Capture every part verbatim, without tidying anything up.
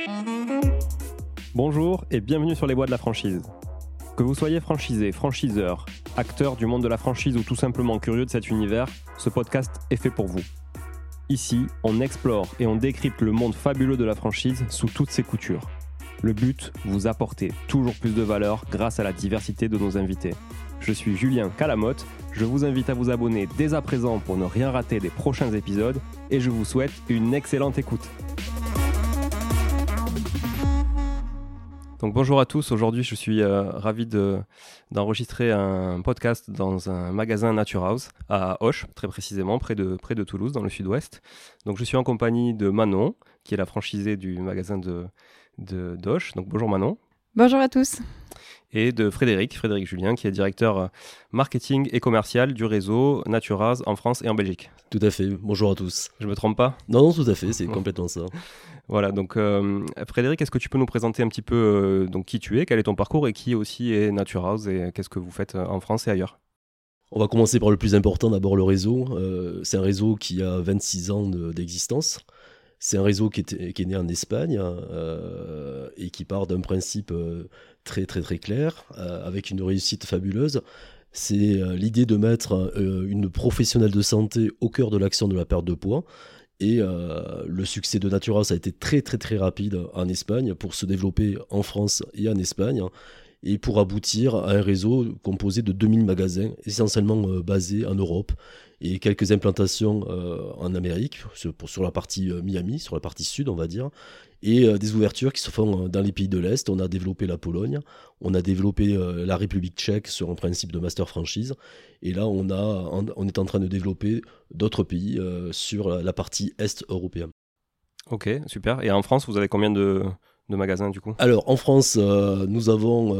Bonjour et bienvenue sur les voies de la franchise. Que vous soyez franchisé, franchiseur, acteur du monde de la franchise ou tout simplement curieux de cet univers, ce podcast est fait pour vous. Ici, on explore et on décrypte le monde fabuleux de la franchise sous toutes ses coutures. Le but, vous apporter toujours plus de valeur grâce à la diversité de nos invités. Je suis Julien Calamotte, je vous invite à vous abonner dès à présent pour ne rien rater des prochains épisodes et je vous souhaite une excellente écoute. Donc bonjour à tous, aujourd'hui je suis euh, ravi de, d'enregistrer un podcast dans un magasin Nature House à Auch, très précisément près de, près de Toulouse dans le sud-ouest. Donc je suis en compagnie de Manon, qui est la franchisée du magasin de, de, d'Auch. Donc bonjour Manon. Bonjour à tous. Et de Frédéric, Frédéric Julien, qui est directeur marketing et commercial du réseau Nature House en France et en Belgique. Tout à fait, bonjour à tous. Je me trompe pas ? Non, non, tout à fait, c'est bon. Complètement ça. Voilà, donc euh, Frédéric, est-ce que tu peux nous présenter un petit peu euh, donc, qui tu es, quel est ton parcours et qui aussi est Nature House et qu'est-ce que vous faites en France et ailleurs ? On va commencer par le plus important, d'abord le réseau. Euh, c'est un réseau qui a vingt-six ans de, d'existence. C'est un réseau qui est, qui est né en Espagne euh, et qui part d'un principe euh, très très très clair, euh, avec une réussite fabuleuse. C'est euh, l'idée de mettre euh, une professionnelle de santé au cœur de l'action de la perte de poids. Et euh, le succès de Nature House a été très très très rapide en Espagne pour se développer en France et en Espagne et pour aboutir à un réseau composé de deux mille magasins essentiellement euh, basés en Europe et quelques implantations euh, en Amérique sur, sur la partie euh, Miami, sur la partie sud on va dire, et euh, des ouvertures qui se font dans les pays de l'Est. On a développé la Pologne, on a développé euh, la République tchèque sur un principe de master franchise, et là on, a, on, on est en train de développer d'autres pays euh, sur la, la partie Est européenne. Ok, super. Et en France, vous avez combien de, de magasins du coup ? Alors en France, euh, nous avons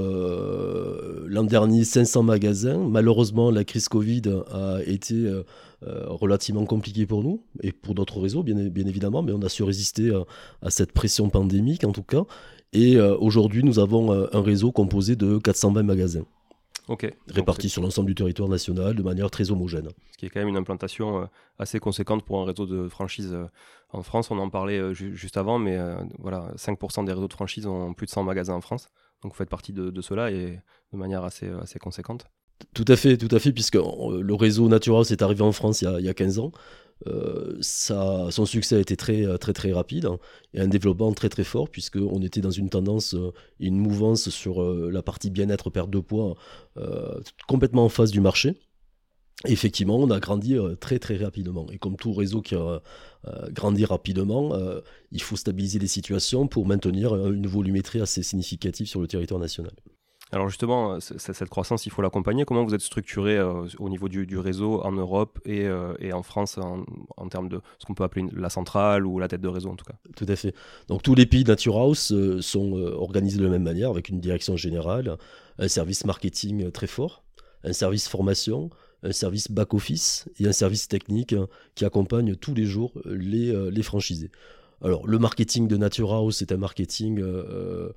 euh, l'an dernier cinq cents magasins. Malheureusement, la crise Covid a été euh, relativement compliquée pour nous et pour d'autres réseaux, bien, bien évidemment, mais on a su résister à, à cette pression pandémique en tout cas. Et euh, aujourd'hui, nous avons euh, un réseau composé de quatre cent vingt magasins. Okay. Répartis sur l'ensemble du territoire national de manière très homogène. Ce qui est quand même une implantation euh, assez conséquente pour un réseau de franchise euh, en France. On en parlait euh, ju- juste avant, mais euh, voilà, cinq pour cent des réseaux de franchise ont plus de cent magasins en France. Donc vous faites partie de, de cela et de manière assez, assez conséquente. Tout à fait, tout à fait, puisque le réseau Nature House est arrivé en France il y a, il y a quinze ans. Euh, ça, son succès a été très très très rapide hein, et un développement très très fort puisqu'on était dans une tendance et euh, une mouvance sur euh, la partie bien-être, perte de poids euh, complètement en face du marché. Et effectivement, on a grandi euh, très très rapidement et comme tout réseau qui a euh, grandi rapidement, euh, il faut stabiliser les situations pour maintenir une volumétrie assez significative sur le territoire national. Alors justement, c- cette croissance, il faut l'accompagner. Comment vous êtes structuré euh, au niveau du, du réseau en Europe et, euh, et en France en, en termes de ce qu'on peut appeler une, la centrale ou la tête de réseau en tout cas ? Tout à fait. Donc tous les pays Nature House euh, sont euh, organisés de la même manière avec une direction générale, un service marketing très fort, un service formation, un service back-office et un service technique euh, qui accompagne tous les jours les, euh, les franchisés. Alors le marketing de Nature House est un marketing euh,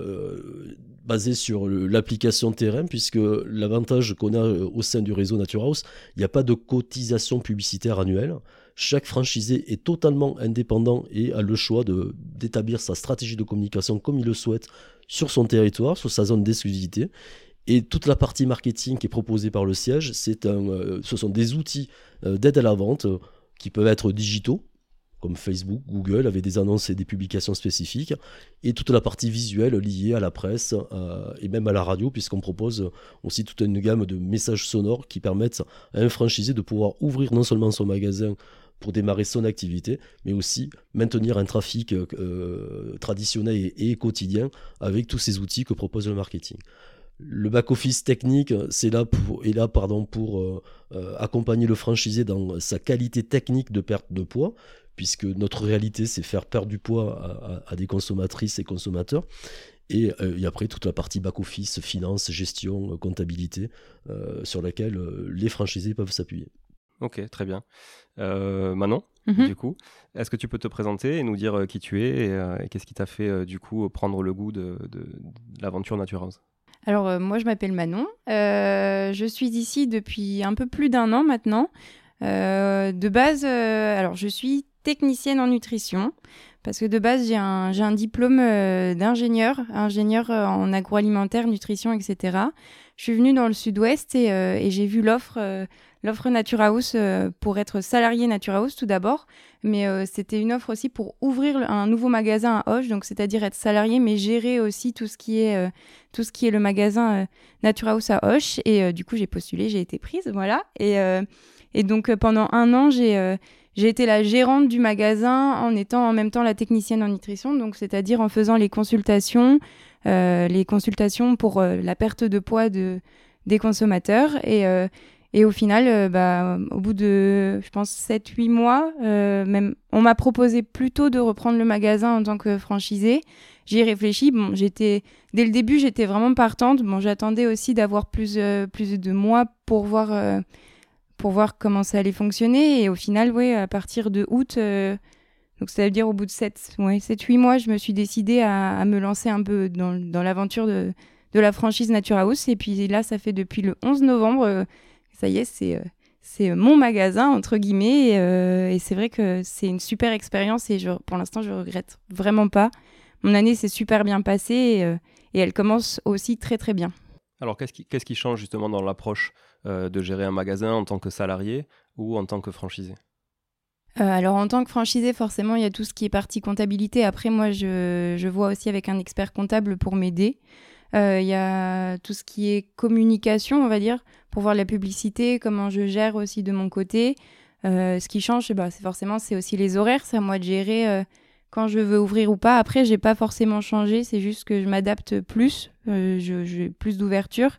Euh, basé sur le, l'application terrain, puisque l'avantage qu'on a au sein du réseau Nature House, il n'y a pas de cotisation publicitaire annuelle. Chaque franchisé est totalement indépendant et a le choix de, d'établir sa stratégie de communication comme il le souhaite sur son territoire, sur sa zone d'exclusivité. Et toute la partie marketing qui est proposée par le siège, c'est un, euh, ce sont des outils euh, d'aide à la vente euh, qui peuvent être digitaux, comme Facebook, Google, avec des annonces et des publications spécifiques, et toute la partie visuelle liée à la presse euh, et même à la radio, puisqu'on propose aussi toute une gamme de messages sonores qui permettent à un franchisé de pouvoir ouvrir non seulement son magasin pour démarrer son activité, mais aussi maintenir un trafic euh, traditionnel et, et quotidien avec tous ces outils que propose le marketing. Le back-office technique c'est là pour, est là pardon, pour euh, euh, accompagner le franchisé dans sa qualité technique de perte de poids, puisque notre réalité, c'est faire perdre du poids à, à, à des consommatrices et consommateurs. Et, euh, et après, toute la partie back-office, finance, gestion, comptabilité, euh, sur laquelle euh, les franchisés peuvent s'appuyer. Ok, très bien. Euh, Manon, Mm-hmm. du coup, est-ce que tu peux te présenter et nous dire euh, qui tu es et, euh, et qu'est-ce qui t'a fait, euh, du coup, prendre le goût de, de, de l'aventure Nature House ? Alors, euh, moi, je m'appelle Manon. Euh, je suis ici depuis un peu plus d'un an maintenant. Euh, de base, euh, alors je suis technicienne en nutrition. Parce que de base, j'ai un, j'ai un diplôme euh, d'ingénieur, ingénieur euh, en agroalimentaire, nutrition, et cetera. Je suis venue dans le sud-ouest et, euh, et j'ai vu l'offre, euh, l'offre Natura House euh, pour être salariée Natura House tout d'abord. Mais euh, c'était une offre aussi pour ouvrir un nouveau magasin à Auch, donc c'est-à-dire être salarié, mais gérer aussi tout ce qui est, euh, tout ce qui est le magasin euh, Natura House à Auch. Et euh, du coup, j'ai postulé, j'ai été prise, voilà. Et, euh, et donc, euh, pendant un an, j'ai... Euh, J'ai été la gérante du magasin en étant en même temps la technicienne en nutrition, donc c'est-à-dire en faisant les consultations, euh, les consultations pour euh, la perte de poids de, des consommateurs. Et, euh, et au final, euh, bah, au bout de, je pense, sept huit mois, euh, même, on m'a proposé plutôt de reprendre le magasin en tant que franchisée. J'y ai réfléchi. Bon, j'étais, dès le début, j'étais vraiment partante. Bon, j'attendais aussi d'avoir plus, euh, plus de mois pour voir... Euh, pour voir comment ça allait fonctionner. Et au final, ouais, à partir de août, euh, donc ça veut dire au bout de sept huit mois, je me suis décidée à, à me lancer un peu dans, dans l'aventure de, de la franchise Natura House. Et puis là, ça fait depuis le onze novembre, euh, ça y est, c'est, euh, c'est mon magasin, entre guillemets. Et, euh, et c'est vrai que c'est une super expérience et je, pour l'instant, je regrette vraiment pas. Mon année s'est super bien passée et, euh, et elle commence aussi très, très bien. Alors, qu'est-ce qui, qu'est-ce qui change justement dans l'approche euh, de gérer un magasin en tant que salarié ou en tant que franchisé ? euh, Alors, en tant que franchisé, forcément, il y a tout ce qui est partie comptabilité. Après, moi, je, je vois aussi avec un expert comptable pour m'aider. Euh, il y a tout ce qui est communication, on va dire, pour voir la publicité, comment je gère aussi de mon côté. Euh, ce qui change, bah, c'est forcément, c'est aussi les horaires. C'est à moi de gérer euh, quand je veux ouvrir ou pas. Après, j'ai pas forcément changé. C'est juste que je m'adapte plus. Euh, je, j'ai plus d'ouverture.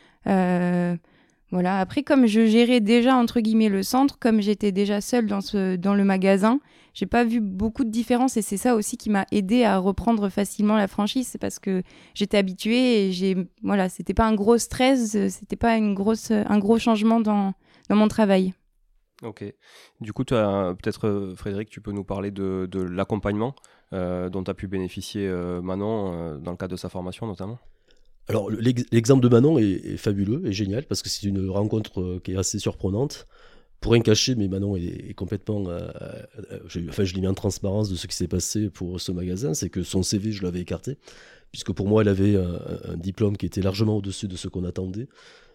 Euh, voilà. Après, comme je gérais déjà, entre guillemets, le centre, comme j'étais déjà seule dans, ce, dans le magasin, j'ai pas vu beaucoup de différence. Et c'est ça aussi qui m'a aidée à reprendre facilement la franchise. C'est parce que j'étais habituée et j'ai, voilà, c'était pas un gros stress. C'était pas une grosse, un gros changement dans, dans mon travail. Ok. Du coup, tu as, peut-être, Frédéric, tu peux nous parler de, de l'accompagnement euh, dont a pu bénéficier euh, Manon euh, dans le cadre de sa formation notamment. Alors, l'ex- l'exemple de Manon est, est fabuleux et génial parce que c'est une rencontre euh, qui est assez surprenante. Pour rien cacher, mais Manon est, est complètement... Euh, euh, je, enfin, je l'ai mis en transparence de ce qui s'est passé pour ce magasin. C'est que son C V, je l'avais écarté, puisque pour moi, elle avait un, un diplôme qui était largement au-dessus de ce qu'on attendait.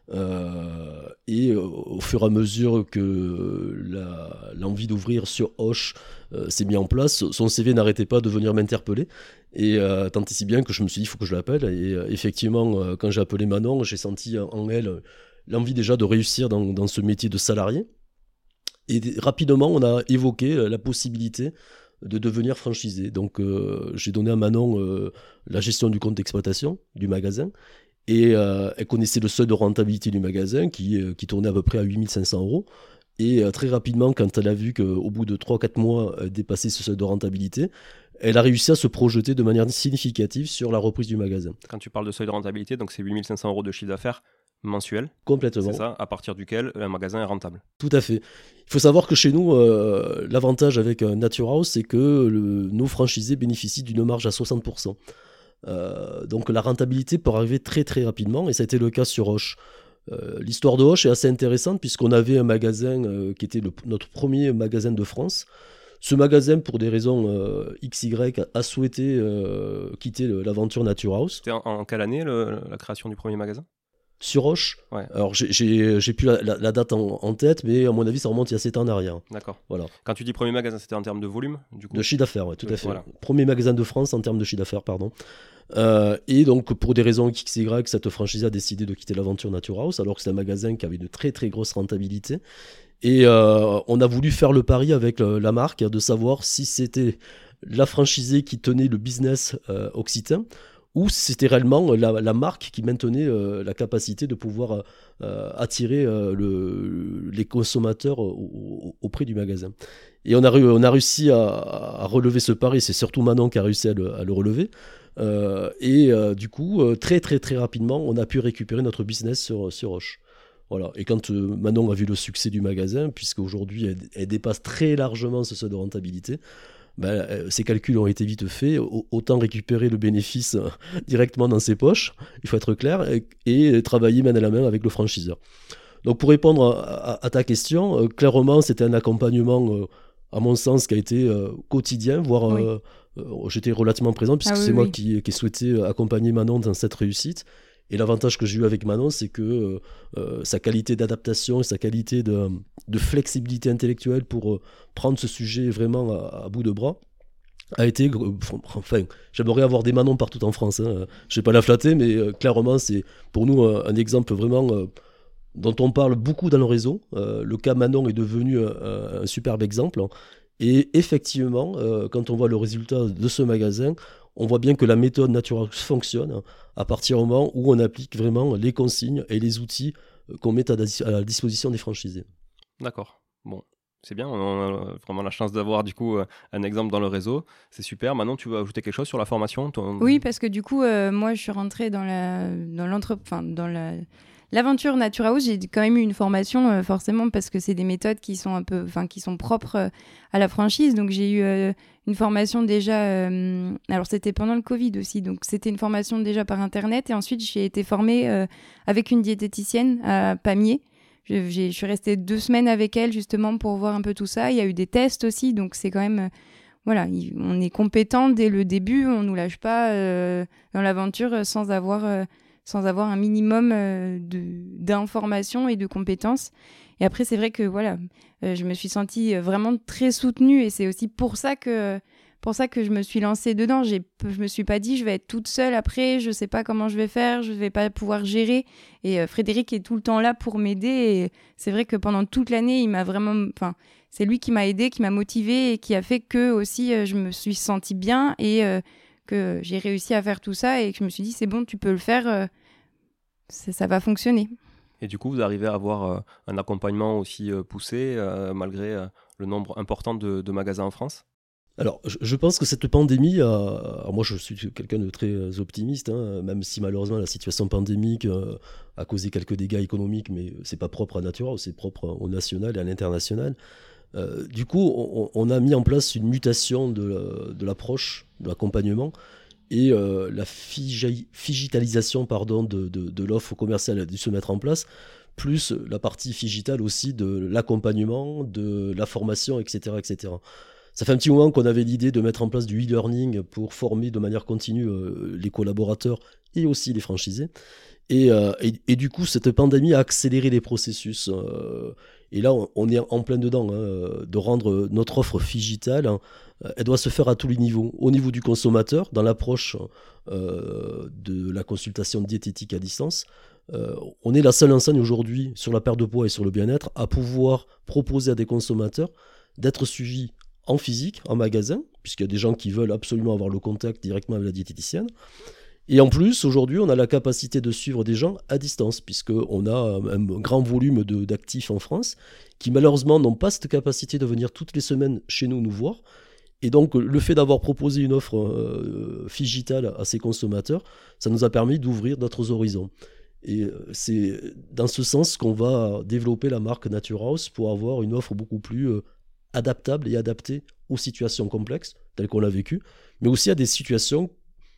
Euh, et euh, au fur et à mesure que la, l'envie d'ouvrir sur Auch euh, s'est mis en place, son C V n'arrêtait pas de venir m'interpeller. Et euh, tant et si bien que je me suis dit, il faut que je l'appelle. Et euh, effectivement, euh, quand j'ai appelé Manon, j'ai senti en elle l'envie déjà de réussir dans, dans ce métier de salarié. Et d- rapidement, on a évoqué la possibilité de devenir franchisé. Donc, euh, j'ai donné à Manon euh, la gestion du compte d'exploitation du magasin. Et euh, elle connaissait le seuil de rentabilité du magasin qui, euh, qui tournait à peu près à huit mille cinq cents euros. Et euh, très rapidement, quand elle a vu qu'au bout de trois à quatre mois, elle dépassait ce seuil de rentabilité, elle a réussi à se projeter de manière significative sur la reprise du magasin. Quand tu parles de seuil de rentabilité, donc c'est huit mille cinq cents euros de chiffre d'affaires mensuel. Complètement. C'est ça, à partir duquel un magasin est rentable. Tout à fait. Il faut savoir que chez nous, euh, l'avantage avec euh, Natura House, c'est que le, nos franchisés bénéficient d'une marge à soixante pour cent. Euh, donc la rentabilité peut arriver très très rapidement et ça a été le cas sur Auch. Euh, l'histoire de Auch est assez intéressante puisqu'on avait un magasin euh, qui était le, notre premier magasin de France. Ce magasin, pour des raisons euh, X Y, a, a souhaité euh, quitter le, l'aventure Natura House. C'était en, en quelle année le, la création du premier magasin ? Sur Auch, Ouais. alors j'ai, j'ai, j'ai plus la, la, la date en, en tête, mais à mon avis ça remonte il y a sept ans en arrière. D'accord. Voilà. Quand tu dis premier magasin, c'était en termes de volume du coup ? De chiffre d'affaires, oui, tout Oui, à fait. voilà. Premier magasin de France en termes de chiffre d'affaires, pardon. Euh, et donc, pour des raisons X Y, cette franchise a décidé de quitter l'aventure Natura House, alors que c'est un magasin qui avait une très très grosse rentabilité. Et euh, on a voulu faire le pari avec le, la marque de savoir si c'était la franchisée qui tenait le business euh, occitan ou si c'était réellement la, la marque qui maintenait euh, la capacité de pouvoir euh, attirer euh, le, les consommateurs au, au, auprès du magasin. Et on a, on a réussi à, à relever ce pari, c'est surtout Manon qui a réussi à le, à le relever. Euh, et euh, du coup, euh, très très très rapidement, on a pu récupérer notre business sur, sur Auch. Voilà. Et quand euh, Manon a vu le succès du magasin, puisqu'aujourd'hui elle, elle dépasse très largement ce seuil de rentabilité, ben, euh, ses calculs ont été vite faits, autant récupérer le bénéfice euh, directement dans ses poches, il faut être clair, et, et travailler main à la main avec le franchiseur. Donc pour répondre à, à, à ta question, euh, clairement c'était un accompagnement euh, à mon sens, qui a été euh, quotidien, voire Oui. euh, euh, j'étais relativement présent, puisque Ah oui, c'est moi oui. qui, qui ai souhaité accompagner Manon dans cette réussite. Et l'avantage que j'ai eu avec Manon, c'est que euh, euh, sa qualité d'adaptation et sa qualité de, de flexibilité intellectuelle pour euh, prendre ce sujet vraiment à, à bout de bras a été, euh, enfin, j'aimerais avoir des Manon partout en France, hein. Je ne vais pas la flatter, mais euh, clairement, c'est pour nous un, un exemple vraiment euh, dont on parle beaucoup dans le réseau. Euh, le cas Manon est devenu un, un superbe exemple. Et effectivement, euh, quand on voit le résultat de ce magasin, on voit bien que la méthode Naturhaus fonctionne à partir du moment où on applique vraiment les consignes et les outils qu'on met à la disposition des franchisés. D'accord. Bon, c'est bien. On a vraiment la chance d'avoir du coup un exemple dans le réseau. C'est super. Maintenant, tu veux ajouter quelque chose sur la formation? Ton... Oui, parce que du coup, euh, moi, je suis rentrée dans la, dans l'entre, enfin, dans la, l'aventure Naturhaus. J'ai quand même eu une formation, euh, forcément, parce que c'est des méthodes qui sont un peu, enfin, qui sont propres euh, à la franchise. Donc, j'ai eu euh, une formation déjà. Euh, alors, c'était pendant le Covid aussi, donc c'était une formation déjà par internet. Et ensuite, j'ai été formée euh, avec une diététicienne à Pamiers. Je, j'ai, je suis restée deux semaines avec elle justement pour voir un peu tout ça. Il y a eu des tests aussi, donc c'est quand même. Euh, Voilà, on est compétent dès le début, on nous lâche pas euh, dans l'aventure sans avoir, euh, sans avoir un minimum euh, de, d'informations et de compétences. Et après, c'est vrai que voilà, euh, je me suis sentie vraiment très soutenue et c'est aussi pour ça que, pour ça que je me suis lancée dedans. J'ai, je me suis pas dit je vais être toute seule après, je sais pas comment je vais faire, je vais pas pouvoir gérer. Et euh, Frédéric est tout le temps là pour m'aider. Et c'est vrai que pendant toute l'année, il m'a vraiment, enfin. C'est lui qui m'a aidée, qui m'a motivée et qui a fait que aussi euh, je me suis sentie bien et euh, que j'ai réussi à faire tout ça et que je me suis dit c'est bon, tu peux le faire, euh, ça, ça va fonctionner. Et du coup, vous arrivez à avoir euh, un accompagnement aussi euh, poussé euh, malgré euh, le nombre important de, de magasins en France? Alors, je, je pense que cette pandémie, a, alors moi je suis quelqu'un de très optimiste, hein, même si malheureusement la situation pandémique euh, a causé quelques dégâts économiques, mais c'est pas propre à Naturhaus, c'est propre au national et à l'international. Euh, du coup, on, on a mis en place une mutation de, de l'approche, de l'accompagnement, et euh, la figi- figitalisation pardon, de, de, de l'offre commerciale a dû se mettre en place, plus la partie digitale aussi de l'accompagnement, de la formation, et cetera, et cetera. Ça fait un petit moment qu'on avait l'idée de mettre en place du e-learning pour former de manière continue euh, les collaborateurs et aussi les franchisés. Et, euh, et, et du coup, cette pandémie a accéléré les processus. Euh, et là, on, on est en plein dedans, hein, de rendre notre offre digitale. Hein, elle doit se faire à tous les niveaux. Au niveau du consommateur, dans l'approche euh, de la consultation diététique à distance. Euh, on est la seule enseigne aujourd'hui sur la perte de poids et sur le bien-être à pouvoir proposer à des consommateurs d'être suivis en physique, en magasin, puisqu'il y a des gens qui veulent absolument avoir le contact directement avec la diététicienne. Et en plus, aujourd'hui, on a la capacité de suivre des gens à distance, puisqu'on a un grand volume de, d'actifs en France qui, malheureusement, n'ont pas cette capacité de venir toutes les semaines chez nous nous voir. Et donc, le fait d'avoir proposé une offre euh, digitale à ces consommateurs, ça nous a permis d'ouvrir d'autres horizons. Et c'est dans ce sens qu'on va développer la marque Naturhaus pour avoir une offre beaucoup plus euh, adaptable et adaptée aux situations complexes, telles qu'on l'a vécu, mais aussi à des situations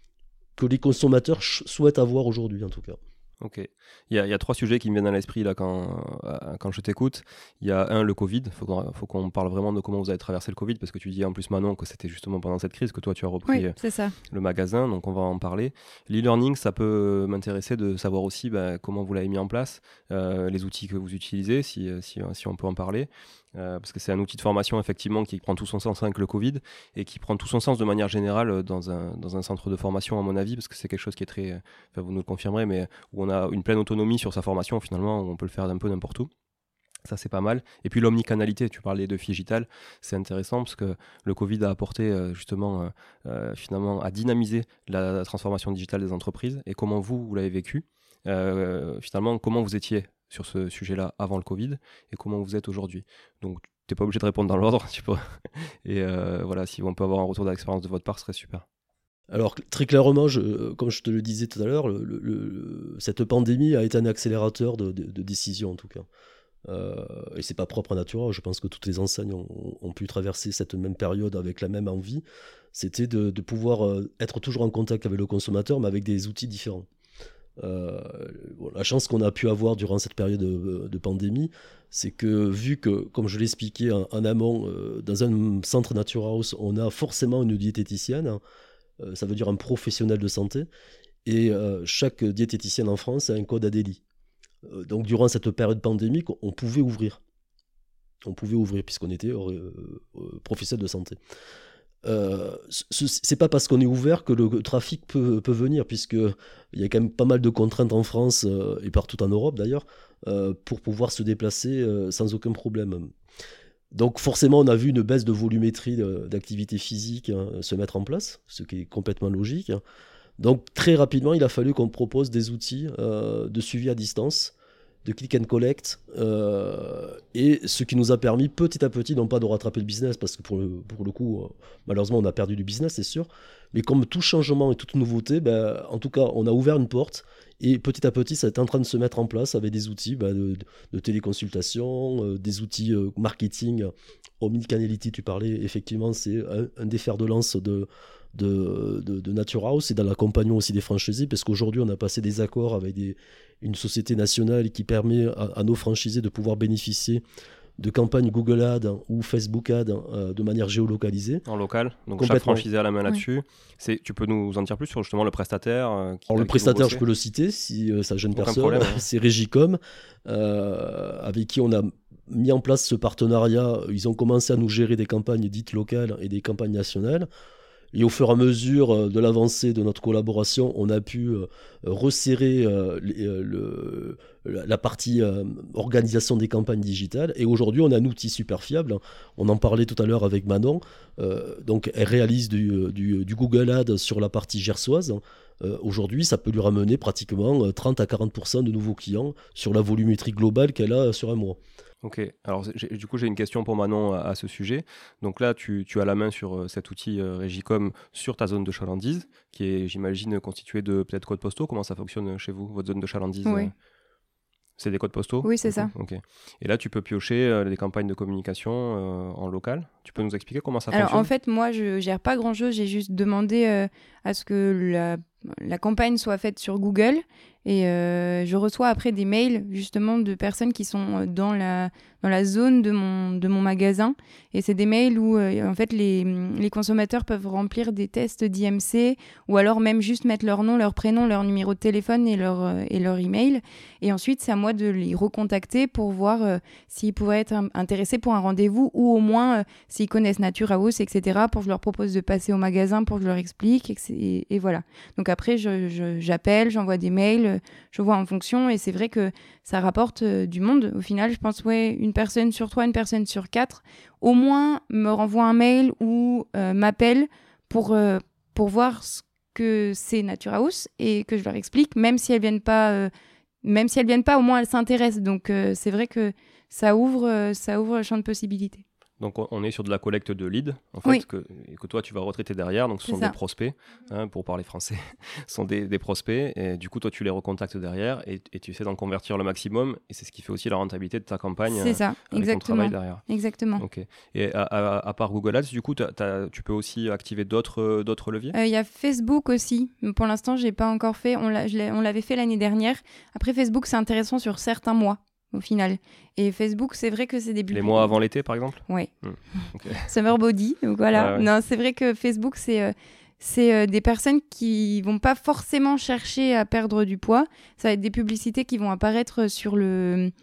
que les consommateurs ch- souhaitent avoir aujourd'hui, en tout cas. Ok. Il y, a, il y a trois sujets qui me viennent à l'esprit là quand, euh, quand je t'écoute. Il y a un, le Covid. Il faut qu'on, faut qu'on parle vraiment de comment vous avez traversé le Covid, parce que tu dis en plus Manon que c'était justement pendant cette crise que toi tu as repris Oui, c'est ça. le magasin, donc on va en parler. L'e-learning, ça peut m'intéresser de savoir aussi bah, comment vous l'avez mis en place, euh, les outils que vous utilisez, si, si, si on peut en parler. Euh, parce que c'est un outil de formation effectivement qui prend tout son sens avec le Covid et qui prend tout son sens de manière générale dans un, dans un centre de formation à mon avis, parce que c'est quelque chose qui est très, enfin vous nous le confirmerez, mais où on a une pleine autonomie sur sa formation finalement, où on peut le faire d'un peu n'importe où. Ça, c'est pas mal. Et puis l'omnicanalité, tu parlais de Figital, c'est intéressant parce que le Covid a apporté euh, justement, euh, euh, finalement, à dynamiser la, la transformation digitale des entreprises. Et comment vous, vous l'avez vécu, euh, finalement, comment vous étiez sur ce sujet-là avant le Covid et comment vous êtes aujourd'hui. Donc, tu n'es pas obligé de répondre dans l'ordre, tu peux. Et euh, voilà, si on peut avoir un retour d'expérience de votre part, ce serait super. Alors, très clairement, je, comme je te le disais tout à l'heure, le, le, le, cette pandémie a été un accélérateur de, de, de décisions, en tout cas. Euh, et c'est pas propre à Naturhaus, je pense que toutes les enseignes ont, ont pu traverser cette même période avec la même envie. C'était de, de pouvoir être toujours en contact avec le consommateur, mais avec des outils différents. Euh, bon, la chance qu'on a pu avoir durant cette période de, de pandémie, c'est que vu que, comme je l'expliquais en, en amont, euh, dans un centre Natura House, on a forcément une diététicienne, hein, euh, ça veut dire un professionnel de santé, et euh, chaque diététicienne en France a un code Adélie. Euh, donc durant cette période pandémique, on pouvait ouvrir. On pouvait ouvrir puisqu'on était euh, euh, professionnel de santé. Euh, ce, c'est pas parce qu'on est ouvert que le trafic peut, peut venir, puisqu'il y a quand même pas mal de contraintes en France euh, et partout en Europe d'ailleurs euh, pour pouvoir se déplacer euh, sans aucun problème. Donc forcément on a vu une baisse de volumétrie de, d'activité physique hein, se mettre en place, ce qui est complètement logique. Donc très rapidement il a fallu qu'on propose des outils euh, de suivi à distance, de click and collect, euh, et ce qui nous a permis petit à petit, non pas de rattraper le business, parce que pour le, pour le coup, euh, malheureusement, on a perdu du business, c'est sûr, mais comme tout changement et toute nouveauté, ben, en tout cas, on a ouvert une porte, et petit à petit, ça est en train de se mettre en place avec des outils ben, de, de téléconsultation, euh, des outils euh, marketing. Omnicanality, tu parlais, effectivement, c'est un, un des fers de lance de... de, de, de Natura House et dans l'accompagnement aussi des franchisés, parce qu'aujourd'hui on a passé des accords avec des, une société nationale qui permet à, à nos franchisés de pouvoir bénéficier de campagnes Google Ads ou Facebook Ads euh, de manière géolocalisée. En local, donc chaque franchisé a la main là-dessus. Oui. C'est, tu peux nous en dire plus sur justement le prestataire euh, qui, Alors le prestataire, je peux le citer si euh, ça gêne Aucun personne. Problème, ouais. C'est Régicom, euh, avec qui on a mis en place ce partenariat. Ils ont commencé à nous gérer des campagnes dites locales et des campagnes nationales. Et au fur et à mesure de l'avancée de notre collaboration, on a pu euh, resserrer euh, les, euh, le, la partie euh, organisation des campagnes digitales. Et aujourd'hui, on a un outil super fiable. On en parlait tout à l'heure avec Manon. Euh, donc, elle réalise du, du, du Google Ads sur la partie gersoise. Euh, aujourd'hui, ça peut lui ramener pratiquement trente à quarante pour cent de nouveaux clients sur la volumétrie globale qu'elle a sur un mois. Ok, alors du coup j'ai une question pour Manon à, à ce sujet. Donc là tu, tu as la main sur euh, cet outil euh, Régicom sur ta zone de chalandise, qui est j'imagine constituée de peut-être codes postaux. Comment ça fonctionne chez vous, votre zone de chalandise? Oui. euh, C'est des codes postaux? Oui, c'est ça. Ok. Et là tu peux piocher euh, des campagnes de communication euh, en local. Tu peux nous expliquer comment ça Alors, fonctionne? En fait moi je gère pas grand chose, j'ai juste demandé euh, à ce que la, la campagne soit faite sur Google. Et euh, je reçois après des mails justement de personnes qui sont dans la, dans la zone de mon, de mon magasin. Et c'est des mails où euh, en fait les, les consommateurs peuvent remplir des tests d'I M C ou alors même juste mettre leur nom, leur prénom, leur numéro de téléphone et leur, euh, et leur email. Et ensuite c'est à moi de les recontacter pour voir euh, s'ils pourraient être intéressés pour un rendez-vous ou au moins euh, s'ils connaissent Natura House, et cetera, pour que je leur propose de passer au magasin pour que je leur explique. Et, et, et voilà. Donc après je, je, j'appelle, j'envoie des mails, je vois en fonction, et c'est vrai que ça rapporte euh, du monde. Au final, je pense, ouais, une personne sur trois, une personne sur quatre, au moins me renvoie un mail ou euh, m'appelle pour, euh, pour voir ce que c'est Natura House et que je leur explique, même si elles viennent pas, euh, même si elles viennent pas, au moins elles s'intéressent. Donc euh, c'est vrai que ça ouvre, euh, ça ouvre le champ de possibilités. Donc on est sur de la collecte de leads, en fait, oui. que, et que toi tu vas retraiter derrière. Donc ce c'est sont ça. des prospects, hein, pour parler français, ce sont des, des prospects. Et du coup toi tu les recontactes derrière et, et tu essaies d'en convertir le maximum. Et c'est ce qui fait aussi la rentabilité de ta campagne. C'est ça, euh, avec exactement. ton travail derrière. Exactement. Ok. Et à, à, à part Google Ads, du coup t'as, t'as, tu peux aussi activer d'autres, d'autres leviers? Il euh, y a Facebook aussi. Pour l'instant j'ai pas encore fait. On, l'a, je l'ai, on l'avait fait l'année dernière. Après Facebook c'est intéressant sur certains mois. Au final. Et Facebook, c'est vrai que c'est des... Les mois avant l'été, par exemple? Oui. Mmh. Okay. Summer body, donc voilà. Ouais, ouais. Non, c'est vrai que Facebook, c'est, euh, c'est euh, des personnes qui vont pas forcément chercher à perdre du poids. Ça va être des publicités qui vont apparaître sur le...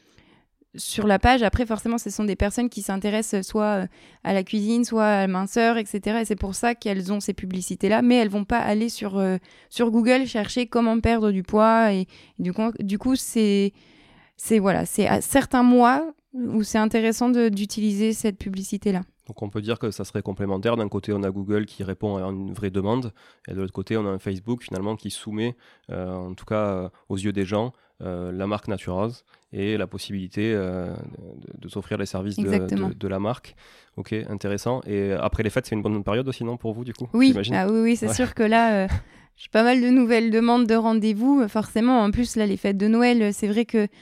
sur la page. Après, forcément, ce sont des personnes qui s'intéressent soit à la cuisine, soit à la minceur, et cetera. Et c'est pour ça qu'elles ont ces publicités-là. Mais elles vont pas aller sur, euh, sur Google chercher comment perdre du poids. Et, et du coup, du coup c'est... C'est, voilà, c'est à certains mois où c'est intéressant de, d'utiliser cette publicité-là. Donc on peut dire que ça serait complémentaire. D'un côté, on a Google qui répond à une vraie demande, et de l'autre côté, on a un Facebook finalement qui soumet, euh, en tout cas euh, aux yeux des gens, euh, la marque Natura House et la possibilité euh, de, de s'offrir les services de, de, de la marque. Ok, intéressant. Et après les fêtes, c'est une bonne période aussi, non, pour vous, du coup? Oui, ah oui, oui, c'est ouais. sûr que là, euh, j'ai pas mal de nouvelles demandes de rendez-vous. Forcément, en plus, là, les fêtes de Noël, c'est vrai que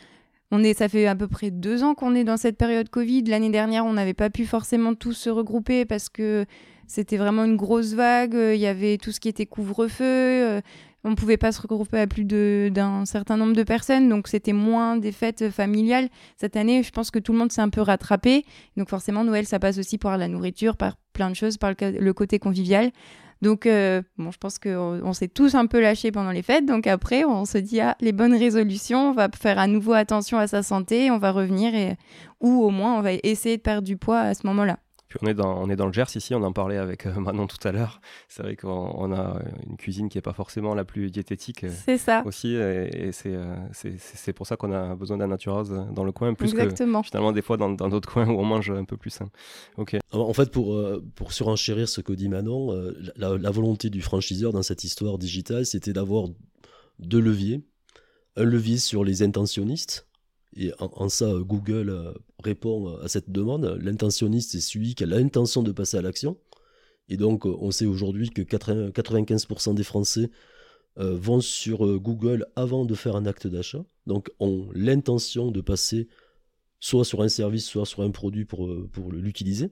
on est, ça fait à peu près deux ans qu'on est dans cette période Covid. L'année dernière, on n'avait pas pu forcément tous se regrouper parce que c'était vraiment une grosse vague. Il y avait tout ce qui était couvre-feu. Euh, on ne pouvait pas se regrouper à plus de, d'un certain nombre de personnes. Donc, c'était moins des fêtes familiales. Cette année, je pense que tout le monde s'est un peu rattrapé. Donc, forcément, Noël, ça passe aussi par la nourriture, par plein de choses, par le, le côté convivial. Donc, euh, bon, je pense qu'on on s'est tous un peu lâchés pendant les fêtes. Donc, après, on se dit, ah, les bonnes résolutions, on va faire à nouveau attention à sa santé, on va revenir, et, ou au moins, on va essayer de perdre du poids à ce moment-là. Puis on est, dans, on est dans le Gers ici, on en parlait avec euh, Manon tout à l'heure. C'est vrai qu'on on a une cuisine qui n'est pas forcément la plus diététique euh, c'est ça. aussi. Et, et c'est, euh, c'est, c'est pour ça qu'on a besoin d'un Natura House dans le coin, plus Exactement. que finalement des fois dans, dans d'autres coins où on mange un peu plus sain. Okay. En fait, pour, euh, pour surenchérir ce que dit Manon, euh, la, la volonté du franchiseur dans cette histoire digitale, c'était d'avoir deux leviers. Un levier sur les intentionnistes. Et en, en ça, Google euh, répond à cette demande. L'intentionniste, c'est celui qui a l'intention de passer à l'action. Et donc, on sait aujourd'hui que quatre-vingt-quinze pour cent des Français euh, vont sur euh, Google avant de faire un acte d'achat. Donc, ont l'intention de passer soit sur un service, soit sur un produit pour, pour l'utiliser.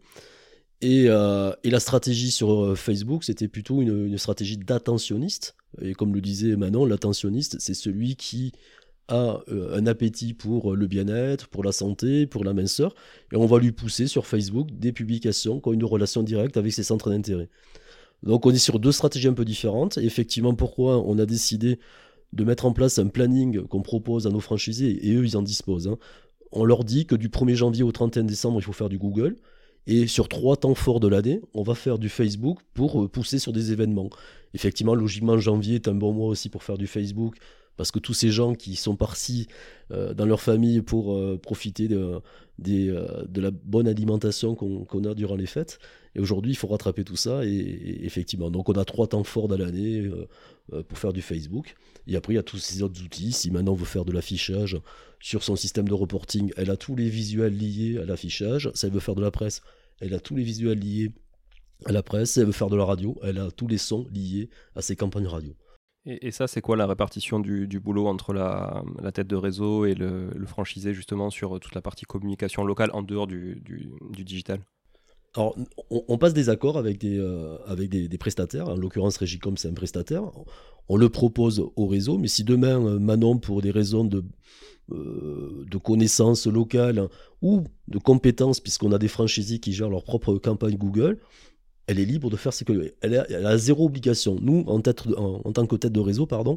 Et, euh, et la stratégie sur Facebook, c'était plutôt une, une stratégie d'attentionniste. Et comme le disait Manon, l'attentionniste, c'est celui qui a euh, un appétit pour le bien-être, pour la santé, pour la minceur, et on va lui pousser sur Facebook des publications qui ont une relation directe avec ses centres d'intérêt. Donc on est sur deux stratégies un peu différentes. Et effectivement, pourquoi on a décidé de mettre en place un planning qu'on propose à nos franchisés, et eux ils en disposent. Hein. On leur dit que du premier janvier au trente et un décembre, il faut faire du Google, et sur trois temps forts de l'année, on va faire du Facebook pour pousser sur des événements. Effectivement, logiquement, janvier est un bon mois aussi pour faire du Facebook, parce que tous ces gens qui sont partis euh, dans leur famille pour euh, profiter de, de, euh, de la bonne alimentation qu'on, qu'on a durant les fêtes. Et aujourd'hui, il faut rattraper tout ça. Et, et effectivement, donc on a trois temps forts dans l'année euh, euh, pour faire du Facebook. Et après, il y a tous ces autres outils. Si maintenant on veut faire de l'affichage sur son système de reporting, elle a tous les visuels liés à l'affichage. Si elle veut faire de la presse, elle a tous les visuels liés à la presse. Si elle veut faire de la radio, elle a tous les sons liés à ses campagnes radio. Et, et ça, c'est quoi la répartition du, du boulot entre la, la tête de réseau et le, le franchisé, justement, sur toute la partie communication locale en dehors du, du, du digital ? Alors, on, on passe des accords avec des, euh, avec des, des prestataires. En l'occurrence, Régicom, c'est un prestataire. On le propose au réseau, mais si demain, euh, Manon, pour des raisons de, euh, de connaissances locales ou de compétences, puisqu'on a des franchisés qui gèrent leur propre campagne Google, elle est libre de faire ce que elle a, elle a zéro obligation. Nous, en, tête, en, en tant que tête de réseau, pardon,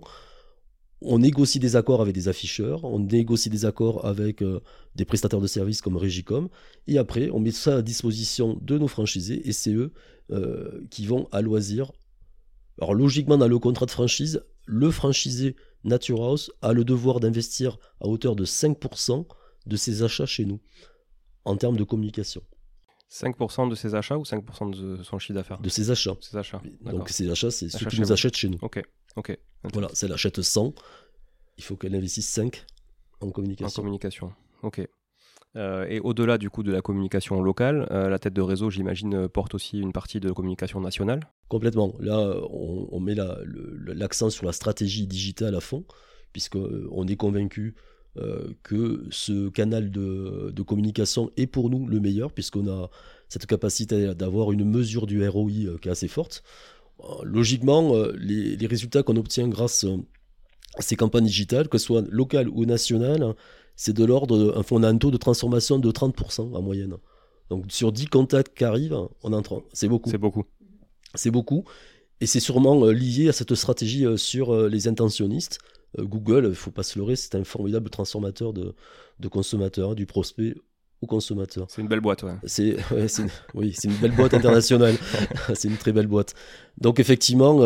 on négocie des accords avec des afficheurs, on négocie des accords avec euh, des prestataires de services comme Régicom, et après, on met ça à disposition de nos franchisés, et c'est eux euh, qui vont à loisir. Alors logiquement, dans le contrat de franchise, le franchisé Natura House a le devoir d'investir à hauteur de cinq pour cent de ses achats chez nous, en termes de communication. cinq pour cent de ses achats ou cinq pour cent de son chiffre d'affaires ? De ses achats. Ses achats. Donc ses achats, c'est Achat ceux qui chez nous vous. achètent chez nous. Ok, ok. Voilà, si elle achète cent, il faut qu'elle investisse cinq en communication. En communication, ok. Euh, et au-delà du coup de la communication locale, euh, la tête de réseau, j'imagine, euh, porte aussi une partie de communication nationale. Complètement. Là, on, on met la, le, l'accent sur la stratégie digitale à fond, puisqu'on est convaincu euh, que ce canal de, de communication est pour nous le meilleur, puisqu'on a cette capacité d'avoir une mesure du R O I euh, qui est assez forte. Euh, logiquement, euh, les, les résultats qu'on obtient grâce à ces campagnes digitales, que ce soit locales ou nationales, c'est de l'ordre, de, enfin, on a un taux de transformation de trente pour cent en moyenne. Donc sur dix contacts qui arrivent, on en trente. C'est beaucoup. C'est beaucoup. C'est beaucoup. Et c'est sûrement euh, lié à cette stratégie euh, sur euh, les intentionnistes. Euh, Google, il ne faut pas se leurrer, c'est un formidable transformateur de, de consommateurs, du prospect au consommateur. C'est une belle boîte, ouais. C'est, ouais, c'est une, oui, c'est une belle boîte internationale. C'est une très belle boîte. Donc effectivement,